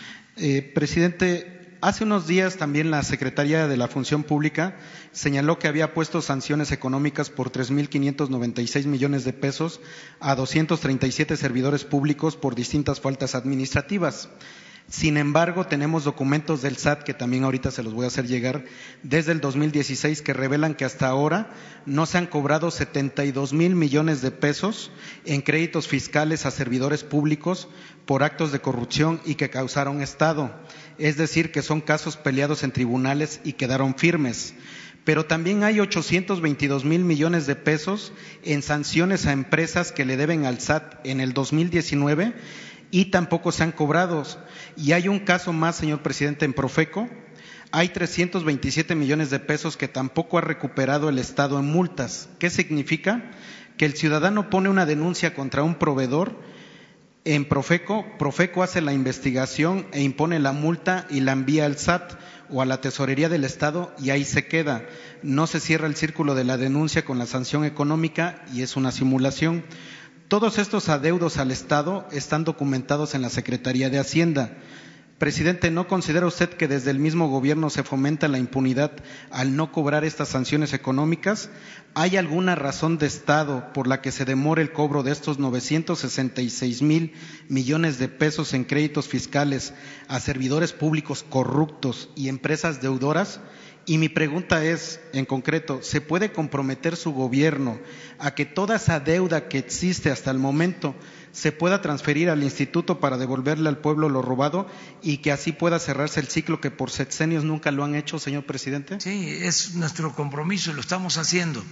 Presidente, hace unos días también la Secretaría de la Función Pública señaló que había puesto sanciones económicas por 3,596 millones de pesos a 237 servidores públicos por distintas faltas administrativas. Sin embargo, tenemos documentos del SAT, que también ahorita se los voy a hacer llegar, desde el 2016, que revelan que hasta ahora no se han cobrado 72,000 millones de pesos en créditos fiscales a servidores públicos por actos de corrupción y que causaron Estado. Es decir, que son casos peleados en tribunales y quedaron firmes. Pero también hay 822,000 millones de pesos en sanciones a empresas que le deben al SAT en el 2019 y tampoco se han cobrado. Y hay un caso más, señor presidente, en Profeco. Hay 327 millones de pesos que tampoco ha recuperado el Estado en multas. ¿Qué significa? Que el ciudadano pone una denuncia contra un proveedor en Profeco hace la investigación e impone la multa y la envía al SAT o a la Tesorería del Estado y ahí se queda. No se cierra el círculo de la denuncia con la sanción económica y es una simulación. Todos estos adeudos al Estado están documentados en la Secretaría de Hacienda. Presidente, ¿no considera usted que desde el mismo gobierno se fomenta la impunidad al no cobrar estas sanciones económicas? ¿Hay alguna razón de Estado por la que se demore el cobro de estos 966,000 millones de pesos en créditos fiscales a servidores públicos corruptos y empresas deudoras? Y mi pregunta es, en concreto, ¿se puede comprometer su gobierno a que toda esa deuda que existe hasta el momento se pueda transferir al instituto para devolverle al pueblo lo robado y que así pueda cerrarse el ciclo que por sexenios nunca lo han hecho, señor presidente? Sí, es nuestro compromiso y lo estamos haciendo,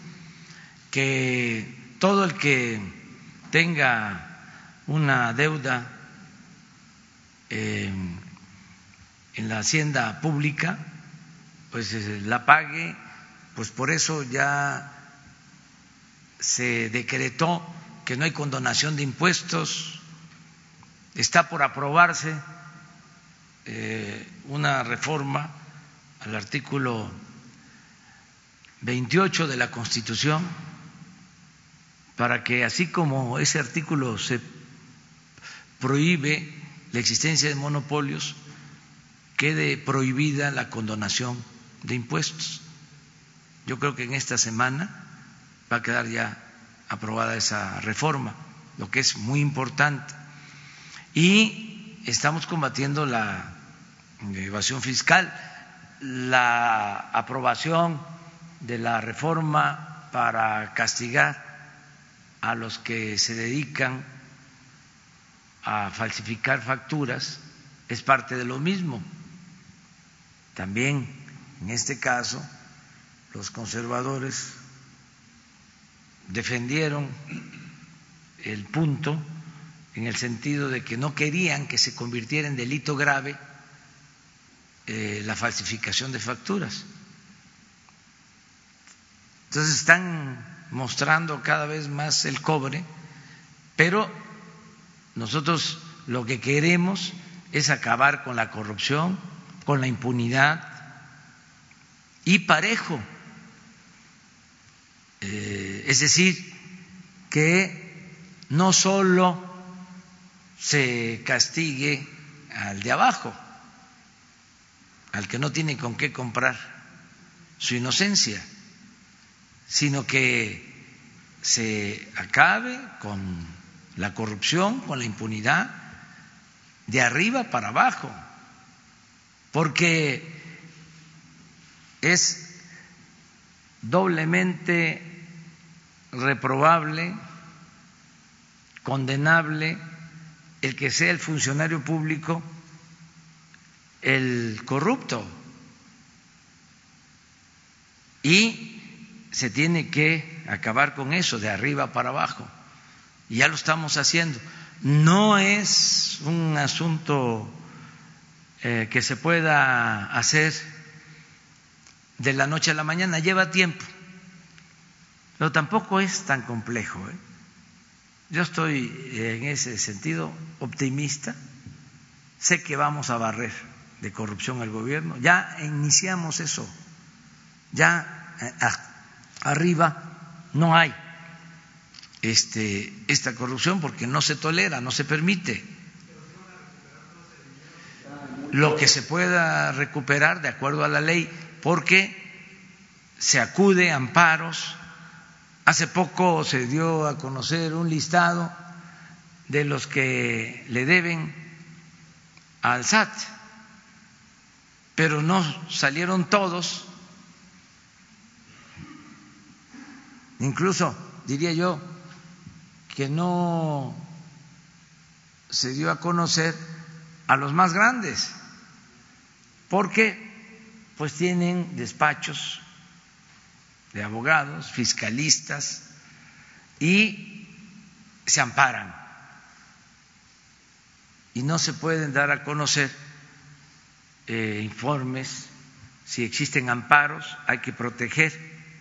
que todo el que tenga una deuda en la hacienda pública pues la pague. Pues por eso ya se decretó que no hay condonación de impuestos. Está por aprobarse una reforma al artículo 28 de la Constitución para que, así como ese artículo se prohíbe la existencia de monopolios, quede prohibida la condonación de impuestos. Yo creo que en esta semana va a quedar ya aprobada esa reforma, lo que es muy importante. Y estamos combatiendo la evasión fiscal. La aprobación de la reforma para castigar a los que se dedican a falsificar facturas es parte de lo mismo. También, en este caso, los conservadores defendieron el punto en el sentido de que no querían que se convirtiera en delito grave la falsificación de facturas. Entonces están mostrando cada vez más el cobre, pero nosotros lo que queremos es acabar con la corrupción, con la impunidad y parejo. Es decir, que no solo se castigue al de abajo, al que no tiene con qué comprar su inocencia, sino que se acabe con la corrupción, con la impunidad, de arriba para abajo, porque es doblemente reprobable, condenable el que sea el funcionario público el corrupto, y se tiene que acabar con eso de arriba para abajo, y ya lo estamos haciendo. No es un asunto que se pueda hacer de la noche a la mañana, lleva tiempo, pero tampoco es tan complejo, ¿eh? Yo estoy en ese sentido optimista, sé que vamos a barrer de corrupción al gobierno, ya iniciamos eso, ya arriba no hay esta corrupción porque no se tolera, no se permite. Lo que se pueda recuperar de acuerdo a la ley, porque se acude a amparos. Hace poco se dio a conocer un listado de los que le deben al SAT, pero no salieron todos, incluso diría yo que no se dio a conocer a los más grandes, porque pues tienen despachos de abogados, fiscalistas, y se amparan y no se pueden dar a conocer informes. Si existen amparos, hay que proteger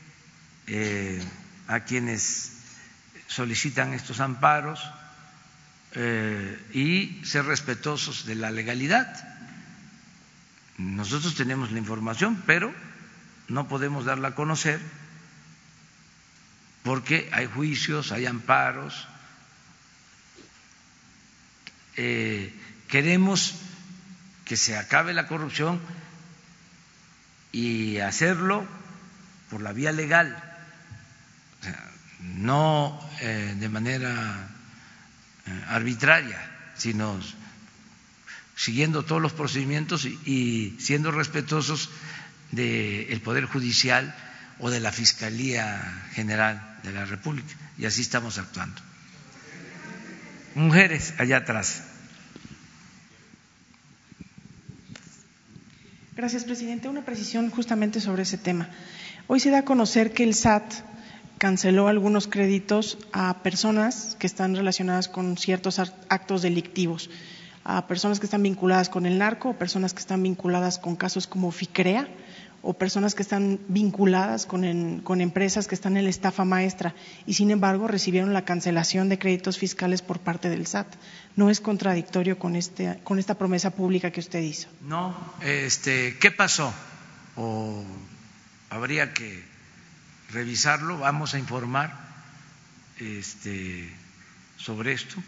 a quienes solicitan estos amparos y ser respetuosos de la legalidad. Nosotros tenemos la información, pero no podemos darla a conocer porque hay juicios, hay amparos. Queremos que se acabe la corrupción y hacerlo por la vía legal, o sea, no de manera arbitraria, sino siguiendo todos los procedimientos y siendo respetuosos del Poder Judicial o de la Fiscalía General de la República, y así estamos actuando. Mujeres allá atrás. Gracias, presidente. Una precisión justamente sobre ese tema. Hoy se da a conocer que el SAT canceló algunos créditos a personas que están relacionadas con ciertos actos delictivos, a personas que están vinculadas con el narco, o personas que están vinculadas con casos como FICREA, o personas que están vinculadas con empresas que están en la estafa maestra, y sin embargo recibieron la cancelación de créditos fiscales por parte del SAT. ¿No es contradictorio con esta promesa pública que usted hizo? No, ¿qué pasó? O habría que revisarlo, vamos a informar sobre esto.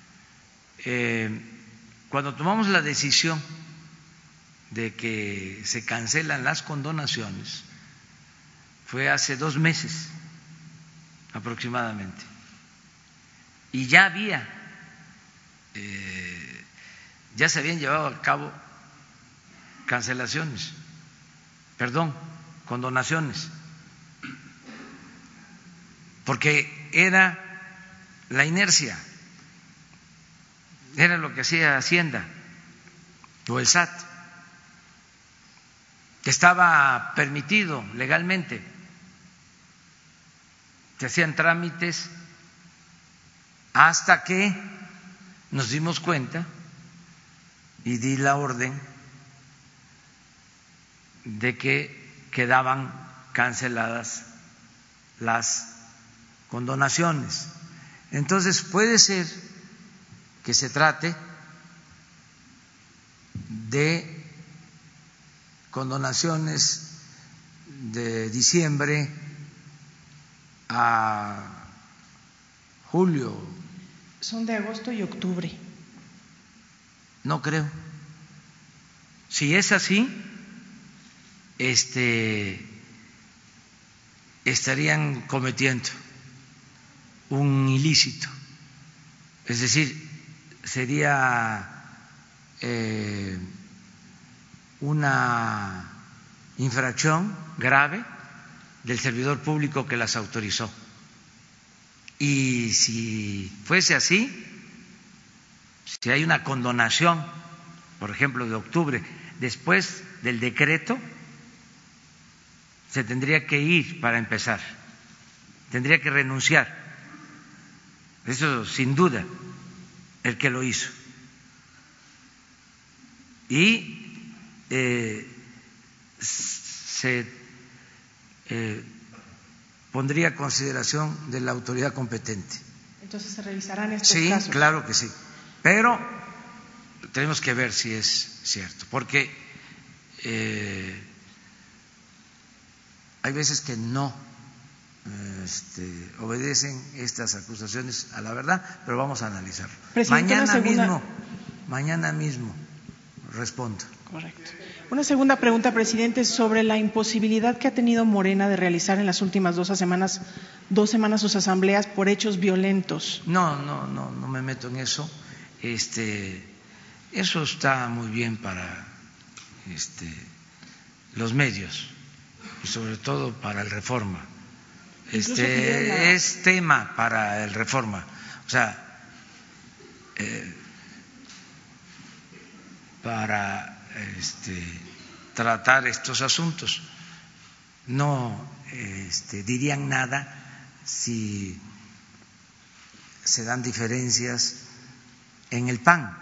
Cuando tomamos la decisión de que se cancelan las condonaciones, fue hace 2 meses aproximadamente, y ya había, ya se habían llevado a cabo condonaciones, porque era la inercia, era lo que hacía Hacienda o el SAT, que estaba permitido legalmente, se hacían trámites, hasta que nos dimos cuenta y di la orden de que quedaban canceladas las condonaciones. Entonces puede ser que se trate de condonaciones de diciembre a julio. Son de agosto y octubre. No creo. Si es así, estarían cometiendo un ilícito, es decir, sería una infracción grave del servidor público que las autorizó. Y si fuese así, si hay una condonación, por ejemplo, de octubre, después del decreto, se tendría que ir para empezar, tendría que renunciar. Eso sin duda, el que lo hizo. Y se pondría a consideración de la autoridad competente. Entonces se revisarán estos Sí, casos. claro que sí, pero tenemos que ver si es cierto, porque hay veces que no obedecen estas acusaciones a la verdad, pero vamos a analizarlo. Mañana mismo respondo. Correcto. Una segunda pregunta, presidente, sobre la imposibilidad que ha tenido Morena de realizar en las últimas 2 semanas sus asambleas por hechos violentos. No me meto en eso. Eso está muy bien para los medios y sobre todo para el Reforma. Es tema para el Reforma, o sea, para tratar estos asuntos. No dirían nada si se dan diferencias en el PAN,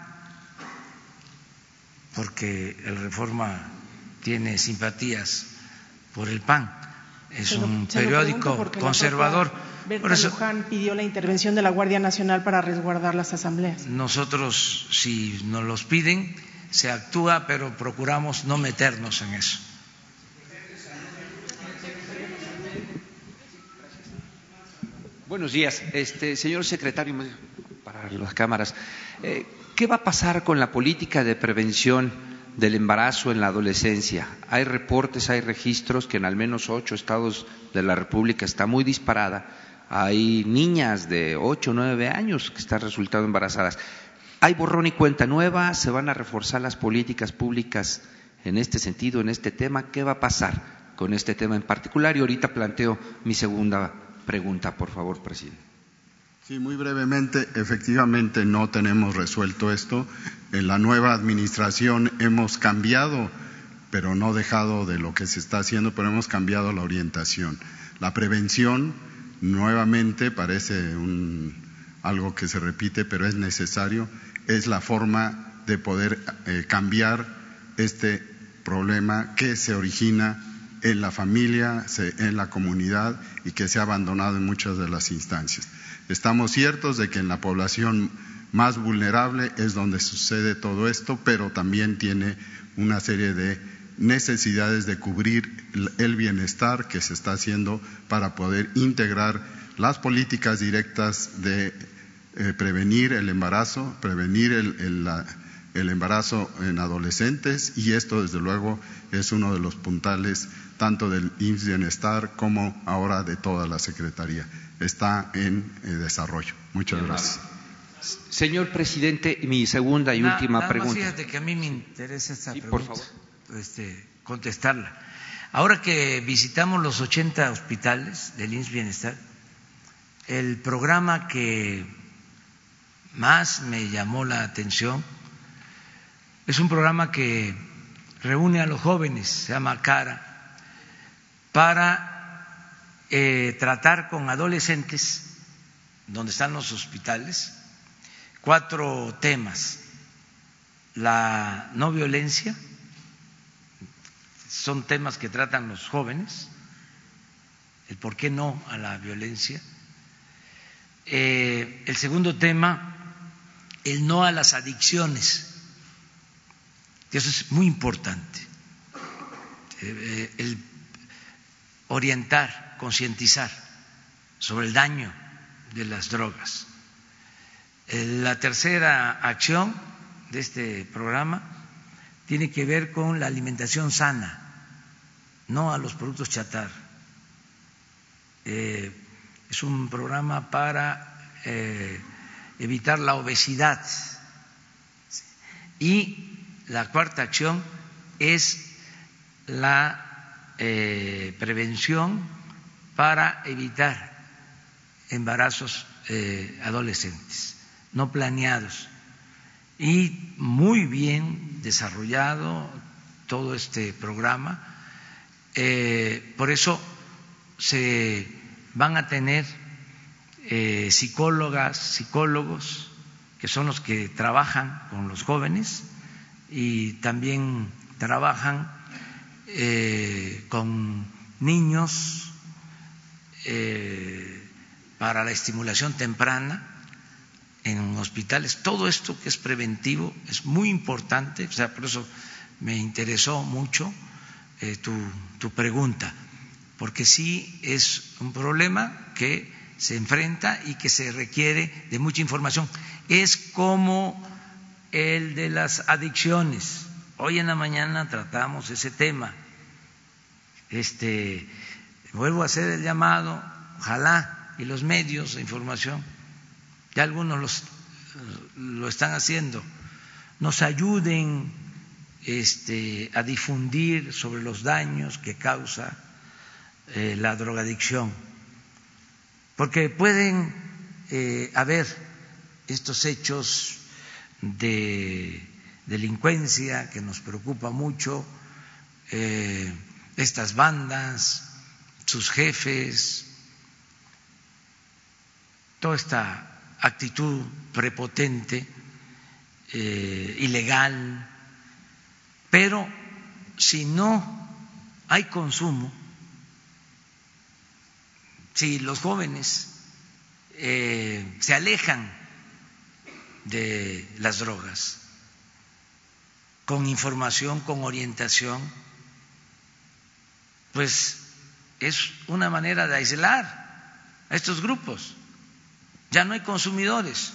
porque el Reforma tiene simpatías por el PAN. Es un periódico conservador. Por eso Luján pidió la intervención de la Guardia Nacional para resguardar las asambleas. Nosotros, si nos los piden, se actúa, pero procuramos no meternos en eso. Buenos días, señor secretario, para las cámaras, ¿qué va a pasar con la política de prevención del embarazo en la adolescencia? Hay reportes, hay registros que en al menos 8 estados de la República está muy disparada. Hay niñas de 8 o 9 años que están resultando embarazadas. ¿Hay borrón y cuenta nueva? ¿Se van a reforzar las políticas públicas en este sentido, en este tema? ¿Qué va a pasar con este tema en particular? Y ahorita planteo mi segunda pregunta, por favor, presidente. Sí, muy brevemente, efectivamente no tenemos resuelto esto. En la nueva administración hemos cambiado, pero no dejado de lo que se está haciendo, pero hemos cambiado la orientación. La prevención, nuevamente, parece algo que se repite, pero es necesario, es la forma de poder cambiar este problema que se origina en la familia, en la comunidad y que se ha abandonado en muchas de las instancias. Estamos ciertos de que en la población más vulnerable es donde sucede todo esto, pero también tiene una serie de necesidades de cubrir el bienestar que se está haciendo para poder integrar las políticas directas de prevenir el embarazo, prevenir el embarazo en adolescentes, y esto desde luego es uno de los puntales tanto del IMSS Bienestar como ahora de toda la Secretaría. Está en desarrollo. Muchas gracias. Señor presidente, mi segunda y última pregunta. Fíjate que a mí me interesa esta pregunta, por favor. Contestarla. Ahora que visitamos los 80 hospitales del IMSS Bienestar, el programa que más me llamó la atención es un programa que reúne a los jóvenes, se llama CARA, para tratar con adolescentes, donde están los hospitales, 4 temas: la no violencia, son temas que tratan los jóvenes, el por qué no a la violencia. El segundo tema, el no a las adicciones, y eso es muy importante, el orientar, concientizar sobre el daño de las drogas. La tercera acción de este programa tiene que ver con la alimentación sana, no a los productos chatarra. Es un programa para evitar la obesidad. Y la cuarta acción es la prevención para evitar embarazos adolescentes no planeados. Y muy bien desarrollado todo este programa. Por eso se van a tener psicólogas, psicólogos, que son los que trabajan con los jóvenes y también trabajan con niños para la estimulación temprana en hospitales. Todo esto que es preventivo es muy importante, o sea, por eso me interesó mucho tu pregunta, porque sí es un problema que se enfrenta y que se requiere de mucha información. Es como el de las adicciones. Hoy en la mañana tratamos ese tema. Vuelvo a hacer el llamado, ojalá y los medios de información, ya algunos lo están haciendo, nos ayuden a difundir sobre los daños que causa la drogadicción, porque pueden haber estos hechos de delincuencia que nos preocupa mucho, estas bandas, sus jefes, toda esta actitud prepotente, ilegal. Pero si no hay consumo, si los jóvenes se alejan de las drogas con información, con orientación, pues es una manera de aislar a estos grupos. Ya no hay consumidores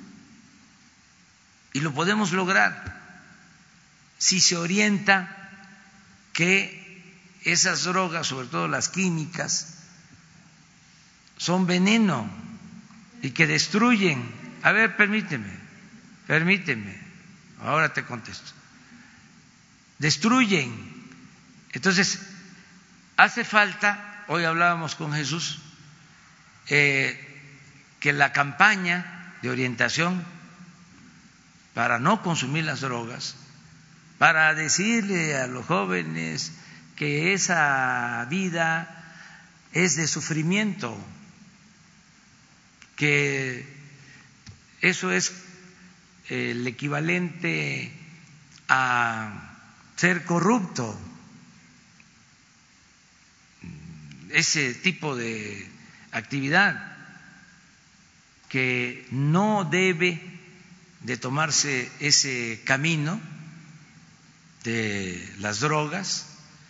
y lo podemos lograr si se orienta que esas drogas, sobre todo las químicas, son veneno y que destruyen. A ver, permíteme, ahora te contesto. Destruyen. Entonces, hace falta, hoy hablábamos con Jesús, que la campaña de orientación para no consumir las drogas, para decirle a los jóvenes que esa vida es de sufrimiento, que eso es el equivalente a ser corrupto, ese tipo de actividad, que no debe de tomarse ese camino de las drogas.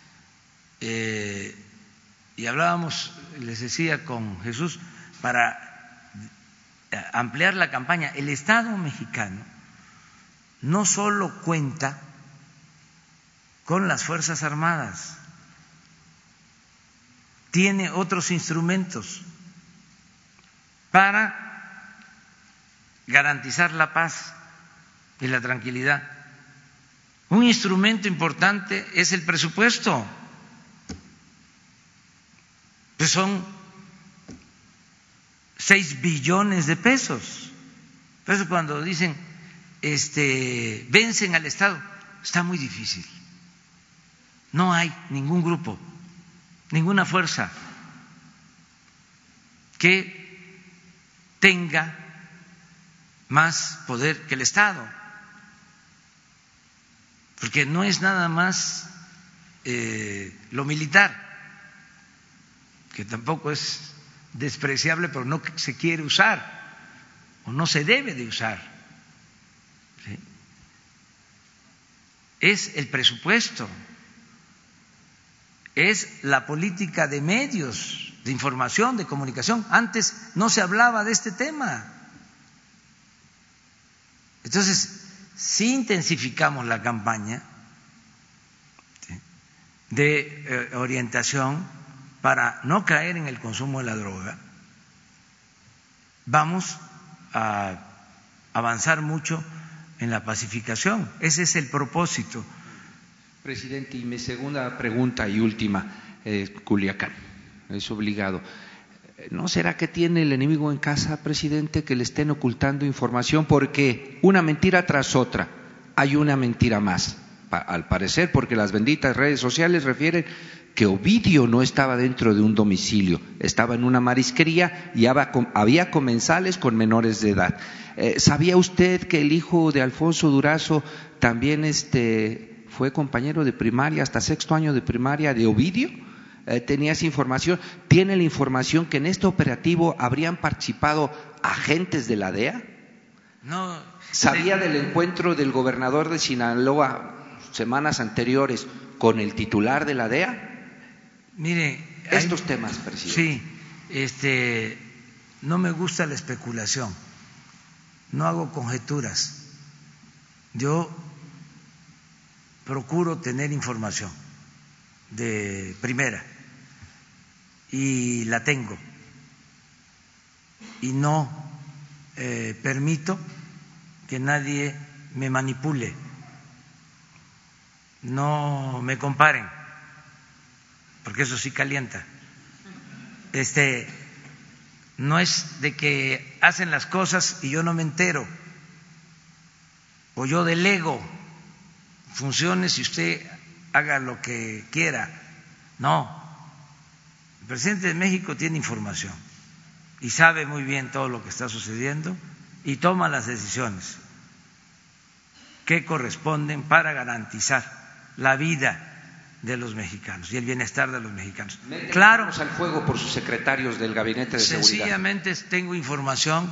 Y hablábamos, les decía, con Jesús, para ampliar la campaña. El Estado mexicano no solo cuenta con las Fuerzas Armadas, tiene otros instrumentos para garantizar la paz y la tranquilidad. Un instrumento importante es el presupuesto, pues son 6 billones de pesos. Por eso cuando dicen vencen al Estado, está muy difícil. No hay ningún grupo, ninguna fuerza que tenga más poder que el Estado, porque no es nada más lo militar, que tampoco es despreciable, pero no se quiere usar o no se debe de usar. ¿Sí? Es el presupuesto, es la política de medios de información, de comunicación. Antes no se hablaba de este tema. Entonces, si intensificamos la campaña, de orientación para no caer en el consumo de la droga. Vamos a avanzar mucho en la pacificación. Ese es el propósito. Presidente, y mi segunda pregunta y última, Culiacán, es obligado. ¿No será que tiene el enemigo en casa, presidente, que le estén ocultando información? Porque una mentira tras otra, hay una mentira más, al parecer, porque las benditas redes sociales refieren que Ovidio no estaba dentro de un domicilio, estaba en una marisquería y había comensales con menores de edad. ¿Sabía usted que el hijo de Alfonso Durazo también fue compañero de primaria, hasta sexto año de primaria de Ovidio? ¿Tenía esa información? ¿Tiene la información que en este operativo habrían participado agentes de la DEA? No. ¿Sabía del encuentro del gobernador de Sinaloa semanas anteriores con el titular de la DEA? Mire, estos temas, presidente. Sí, no me gusta la especulación, no hago conjeturas. Yo procuro tener información de primera y la tengo y no permito que nadie me manipule, no me comparen, porque eso sí calienta. No es de que hacen las cosas y yo no me entero, o yo delego funciones y usted haga lo que quiera. No, el presidente de México tiene información y sabe muy bien todo lo que está sucediendo y toma las decisiones que corresponden para garantizar la vida de los mexicanos y el bienestar de los mexicanos. Claro, al fuego por sus secretarios del Gabinete de Seguridad. Sencillamente tengo información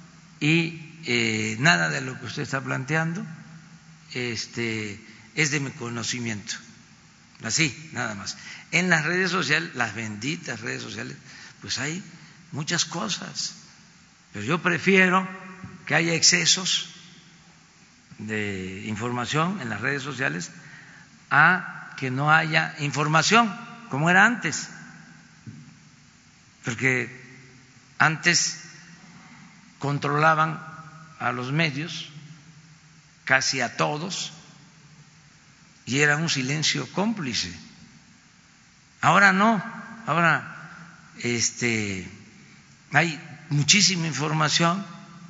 y nada de lo que usted está planteando es de mi conocimiento. Así, nada más. En las redes sociales, las benditas redes sociales, pues hay muchas cosas, pero yo prefiero que haya excesos de información en las redes sociales a que no haya información como era antes, porque antes controlaban a los medios, casi a todos, y era un silencio cómplice. Ahora no, ahora hay muchísima información,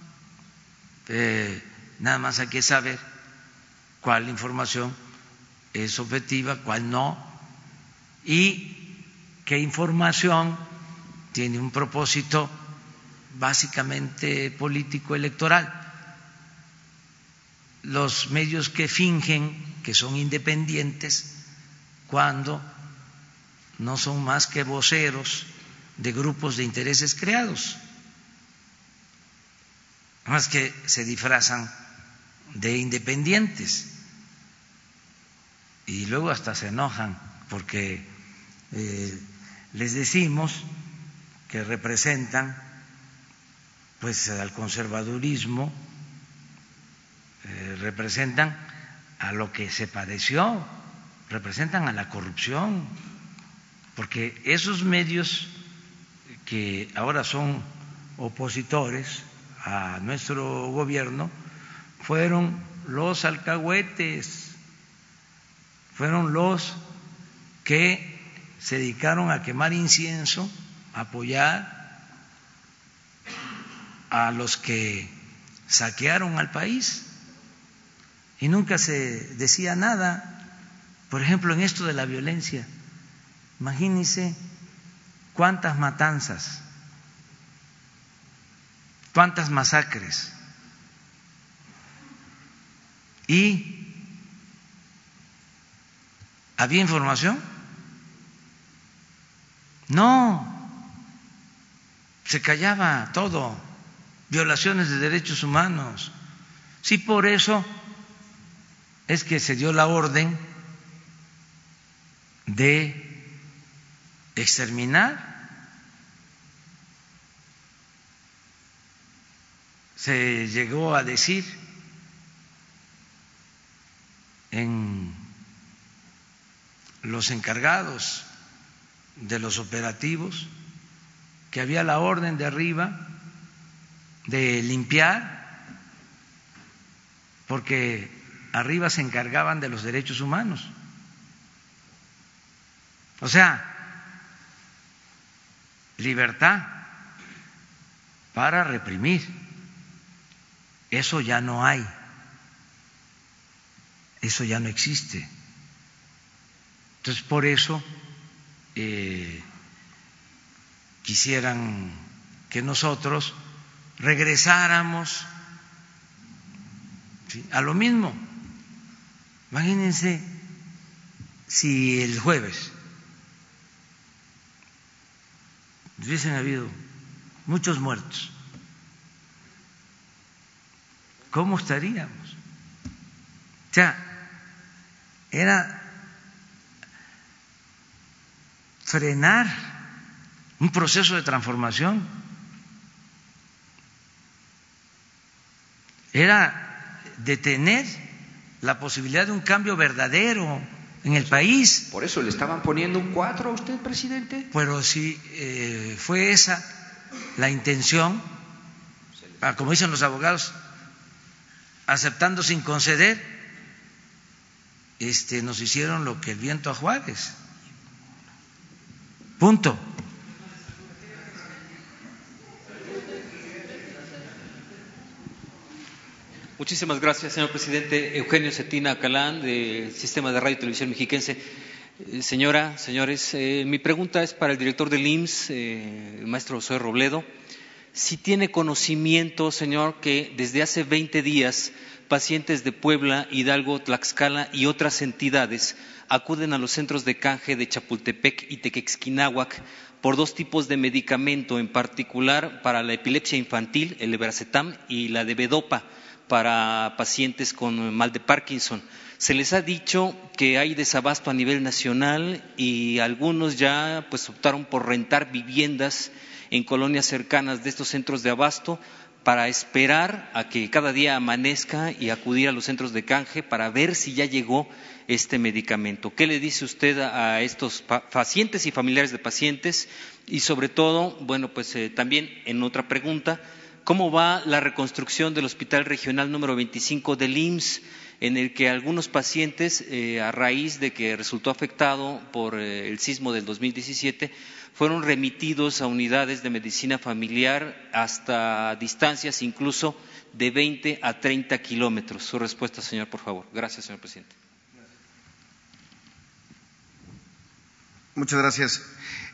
nada más hay que saber cuál información es objetiva, cuál no, y qué información tiene un propósito básicamente político electoral. Los medios que fingen que son independientes cuando no son más que voceros de grupos de intereses creados, más que se disfrazan de independientes y luego hasta se enojan porque les decimos que representan pues al conservadurismo, representan a lo que se padeció, representan a la corrupción, porque esos medios que ahora son opositores a nuestro gobierno fueron los alcahuetes, fueron los que se dedicaron a quemar incienso, a apoyar a los que saquearon al país y nunca se decía nada. Por ejemplo, en esto de la violencia, imagínense cuántas matanzas, cuántas masacres, y ¿había información? No, se callaba todo, violaciones de derechos humanos. Sí, por eso es que se dio la orden de exterminar. Se llegó a decir en los encargados de los operativos que había la orden de arriba de limpiar, porque arriba se encargaban de los derechos humanos. O sea, libertad para reprimir, eso ya no hay, eso ya no existe. Entonces, por eso quisieran que nosotros regresáramos, ¿sí?, a lo mismo. Imagínense si el jueves hubiesen habido muchos muertos, ¿cómo estaríamos? O sea, era frenar un proceso de transformación, era detener la posibilidad de un cambio verdadero en el país. Por eso le estaban poniendo un 4 a usted, presidente. Pero si fue esa la intención, como dicen los abogados, aceptando sin conceder, nos hicieron lo que el viento a Juárez. Punto. Muchísimas gracias, señor presidente. Eugenio Cetina Calán, del Sistema de Radio y Televisión Mexiquense. Señora, señores, mi pregunta es para el director del IMSS, el maestro José Robledo. Si tiene conocimiento, señor, que desde hace 20 días pacientes de Puebla, Hidalgo, Tlaxcala y otras entidades acuden a los centros de canje de Chapultepec y Tequexquináhuac por 2 tipos de medicamento, en particular para la epilepsia infantil, el Levetiracetam, y la Levodopa, para pacientes con mal de Parkinson. Se les ha dicho que hay desabasto a nivel nacional y algunos ya pues optaron por rentar viviendas en colonias cercanas de estos centros de abasto para esperar a que cada día amanezca y acudir a los centros de canje para ver si ya llegó este medicamento. ¿Qué le dice usted a estos pacientes y familiares de pacientes? Y sobre todo, bueno, pues también en otra pregunta, ¿cómo va la reconstrucción del Hospital Regional número 25 del IMSS, en el que algunos pacientes, a raíz de que resultó afectado por el sismo del 2017, fueron remitidos a unidades de medicina familiar hasta distancias incluso de 20 a 30 kilómetros? Su respuesta, señor, por favor. Gracias, señor presidente. Muchas gracias.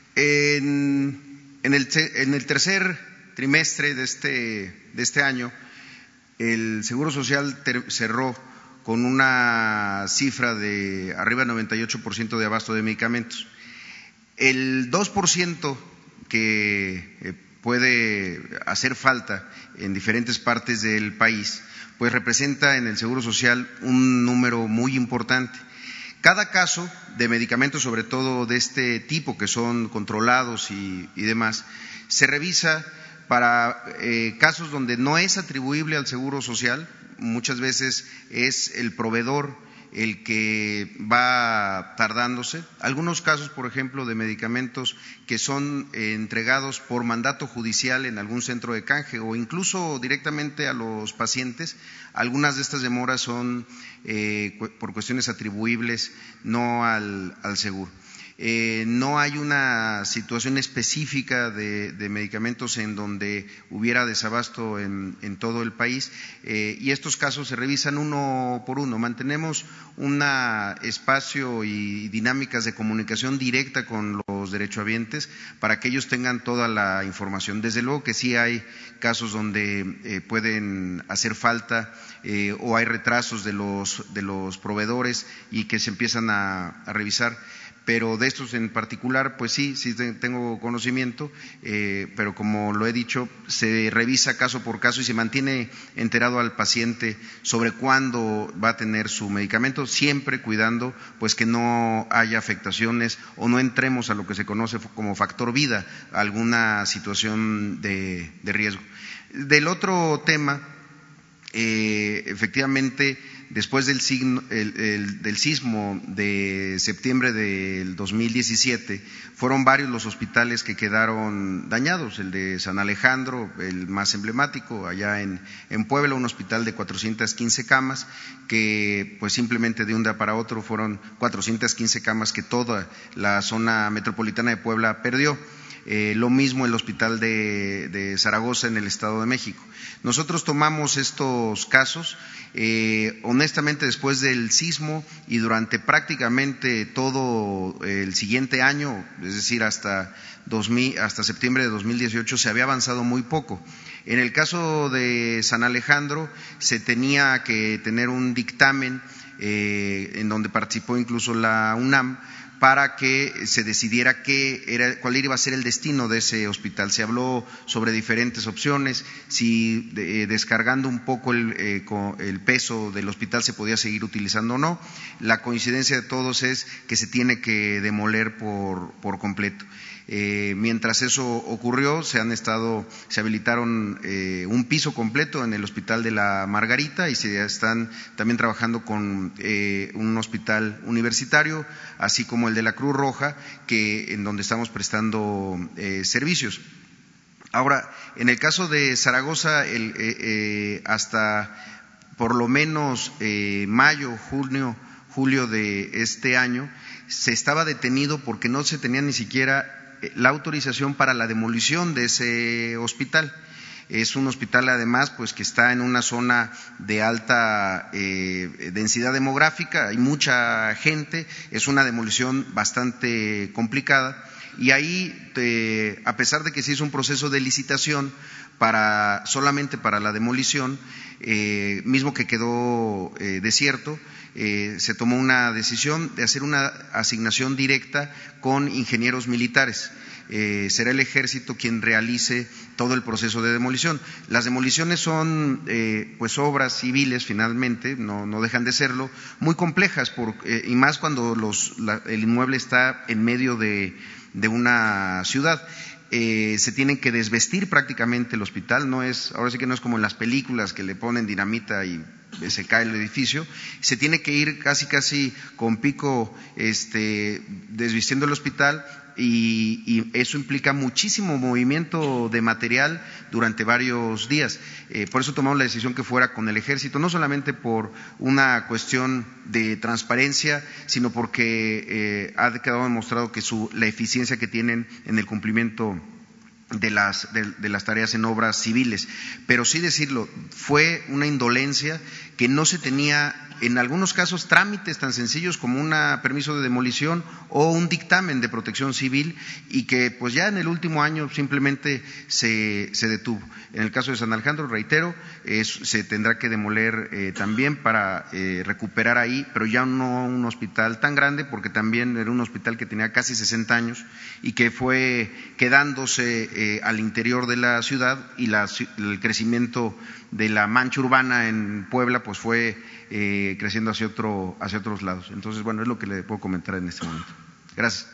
En el tercer trimestre de este año, el Seguro Social cerró con una cifra de arriba del 98% de abasto de medicamentos. El 2% que puede hacer falta en diferentes partes del país, pues representa en el Seguro Social un número muy importante. Cada caso de medicamentos, sobre todo de este tipo, que son controlados y demás, se revisa para casos donde no es atribuible al Seguro Social. Muchas veces es el proveedor el que va tardándose. Algunos casos, por ejemplo, de medicamentos que son entregados por mandato judicial en algún centro de canje o incluso directamente a los pacientes, algunas de estas demoras son por cuestiones atribuibles no al seguro. No hay una situación específica de medicamentos en donde hubiera desabasto en todo el país, y estos casos se revisan uno por uno. Mantenemos un espacio y dinámicas de comunicación directa con los derechohabientes para que ellos tengan toda la información. Desde luego que sí hay casos donde pueden hacer falta o hay retrasos de los proveedores y que se empiezan a revisar. Pero de estos en particular, pues sí tengo conocimiento, pero como lo he dicho, se revisa caso por caso y se mantiene enterado al paciente sobre cuándo va a tener su medicamento, siempre cuidando pues que no haya afectaciones o no entremos a lo que se conoce como factor vida, alguna situación de riesgo. Del otro tema, efectivamente, después del sismo de septiembre del 2017, fueron varios los hospitales que quedaron dañados. El de San Alejandro, el más emblemático, allá en Puebla, un hospital de 415 camas, que pues simplemente de un día para otro fueron 415 camas que toda la zona metropolitana de Puebla perdió. Lo mismo el hospital de Zaragoza en el Estado de México. Nosotros tomamos estos casos, honestamente después del sismo y durante prácticamente todo el siguiente año, es decir, hasta septiembre de 2018 se había avanzado muy poco. En el caso de San Alejandro se tenía que tener un dictamen en donde participó incluso la UNAM, para que se decidiera cuál iba a ser el destino de ese hospital. Se habló sobre diferentes opciones, si descargando un poco el peso del hospital se podía seguir utilizando o no. La coincidencia de todos es que se tiene que demoler por completo. Mientras eso ocurrió, se habilitaron un piso completo en el Hospital de la Margarita y se están también trabajando con un hospital universitario, así como el de la Cruz Roja, en donde estamos prestando servicios. Ahora, en el caso de Zaragoza, hasta por lo menos mayo, julio de este año, se estaba detenido porque no se tenía ni siquiera la autorización para la demolición de ese hospital. Es un hospital además pues que está en una zona de alta densidad demográfica, hay mucha gente, es una demolición bastante complicada y ahí, a pesar de que se hizo un proceso de licitación solamente para la demolición, mismo que quedó desierto, se tomó una decisión de hacer una asignación directa con ingenieros militares. Será el Ejército quien realice todo el proceso de demolición. Las demoliciones son pues obras civiles finalmente, no dejan de serlo, muy complejas y más cuando el inmueble está en medio de una ciudad. Se tienen que desvestir prácticamente el hospital, ahora sí que no es como en las películas que le ponen dinamita y se cae el edificio, se tiene que ir casi con pico desvistiendo el hospital y eso implica muchísimo movimiento de material durante varios días. Por eso tomamos la decisión que fuera con el Ejército, no solamente por una cuestión de transparencia, sino porque ha quedado demostrado que la eficiencia que tienen en el cumplimiento de las tareas en obras civiles. Pero sí decirlo, fue una indolencia que no se tenía, en algunos casos, trámites tan sencillos como un permiso de demolición o un dictamen de protección civil y que pues ya en el último año simplemente se detuvo. En el caso de San Alejandro, reitero, se tendrá que demoler también para recuperar ahí, pero ya no un hospital tan grande, porque también era un hospital que tenía casi 60 años y que fue quedándose al interior de la ciudad y el crecimiento de la mancha urbana en Puebla pues fue creciendo hacia otros lados. Entonces, bueno, es lo que le puedo comentar en este momento. Gracias.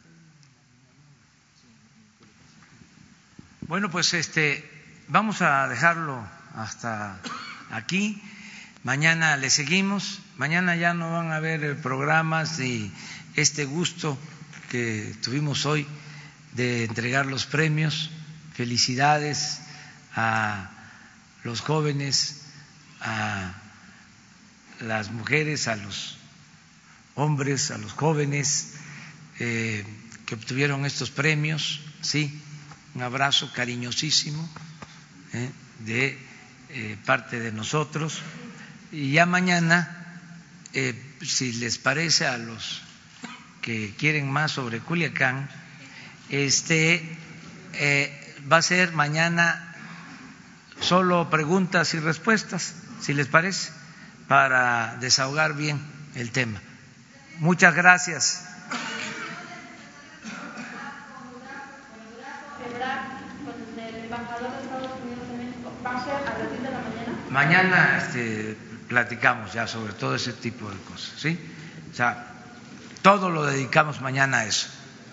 Bueno, pues vamos a dejarlo hasta aquí. Mañana le seguimos. Mañana ya no van a haber programas y este gusto que tuvimos hoy de entregar los premios. Felicidades a los jóvenes, a las mujeres, a los hombres, a los jóvenes que obtuvieron estos premios. Sí, un abrazo cariñosísimo de parte de nosotros. Y ya mañana, si les parece a los que quieren más sobre Culiacán, va a ser mañana solo preguntas y respuestas, si les parece, para desahogar bien el tema. Muchas gracias. Mañana platicamos ya sobre todo ese tipo de cosas, ¿sí? O sea, todo lo dedicamos mañana a eso,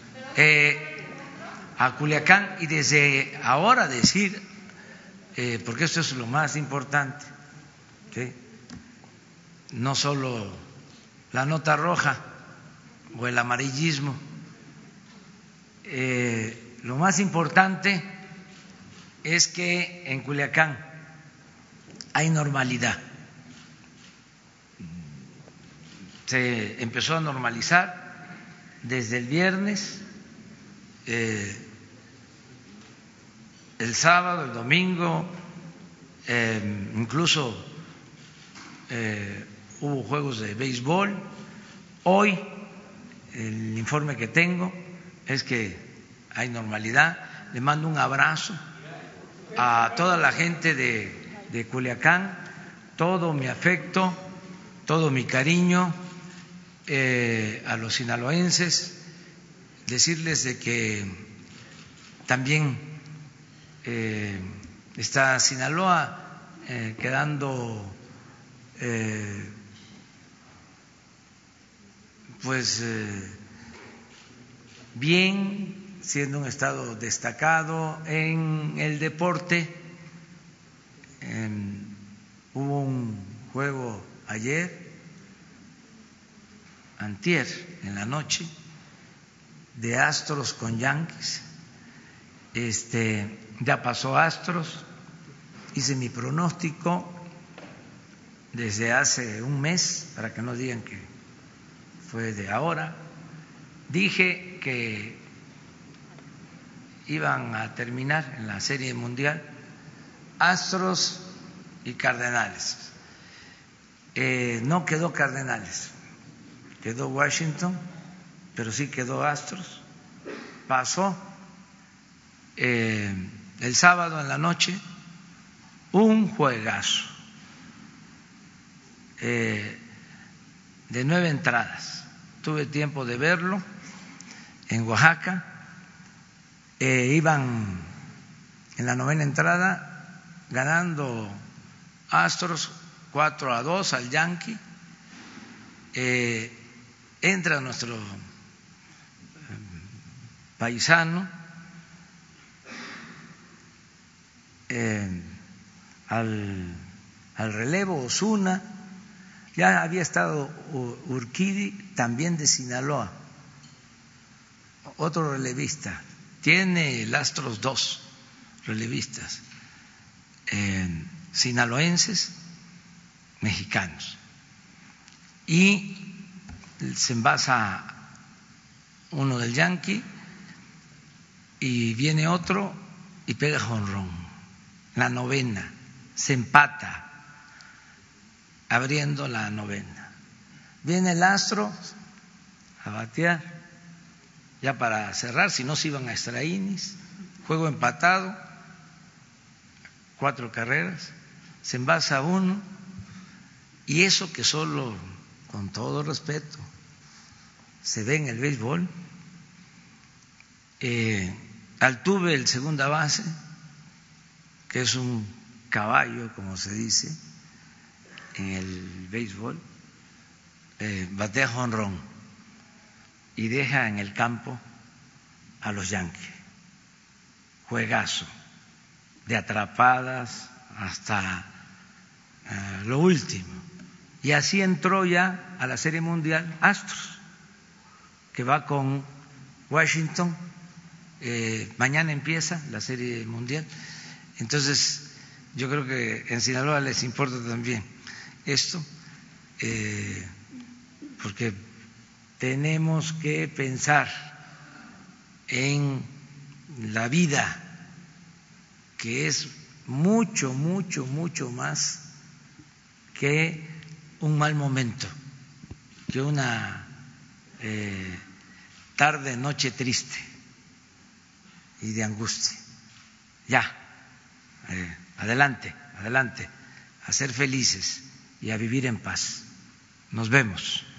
a Culiacán, y desde ahora decir, porque esto es lo más importante, ¿sí? no solo la nota roja o el amarillismo. Lo más importante es que en Culiacán hay normalidad. Se empezó a normalizar desde el viernes, el sábado, el domingo, incluso hubo juegos de béisbol. Hoy el informe que tengo es que hay normalidad. Le mando un abrazo a toda la gente de Culiacán, todo mi afecto, todo mi cariño, a los sinaloenses, decirles de que también está Sinaloa quedando bien, siendo un estado destacado en el deporte. Hubo un juego ayer, antier, en la noche, de Astros con Yankees. Ya pasó Astros, hice mi pronóstico desde hace un mes, para que no digan que fue de ahora. Dije que iban a terminar en la Serie Mundial Astros y Cardenales. No quedó Cardenales, quedó Washington, pero sí quedó Astros. Pasó el sábado en la noche un juegazo de 9 entradas. Tuve tiempo de verlo en Oaxaca. Iban en la 9ª entrada ganando Astros 4-2 al Yankee. Entra nuestro paisano al relevo, Osuna. Ya había estado Urquidi, también de Sinaloa, otro relevista. Tiene el Astros 2 relevistas sinaloenses, mexicanos. Y se envasa uno del Yankee y viene otro y pega jonrón. La 9ª, se empata abriendo la 9ª. Viene el Astro a batear ya para cerrar, si no se iban a extra innings. Juego empatado, 4 carreras, se envasa uno, y eso que solo, con todo respeto, se ve en el béisbol. Altuve, el segunda base, que es un caballo, como se dice en el béisbol, batea jonrón y deja en el campo a los Yankees. Juegazo, de atrapadas hasta lo último. Y así entró ya a la Serie Mundial Astros, que va con Washington. Mañana empieza la Serie Mundial. Entonces, yo creo que en Sinaloa les importa también esto, porque tenemos que pensar en la vida, que es mucho, mucho, mucho más que un mal momento, que una tarde, noche triste y de angustia. Ya, adelante, adelante, a ser felices y a vivir en paz. Nos vemos.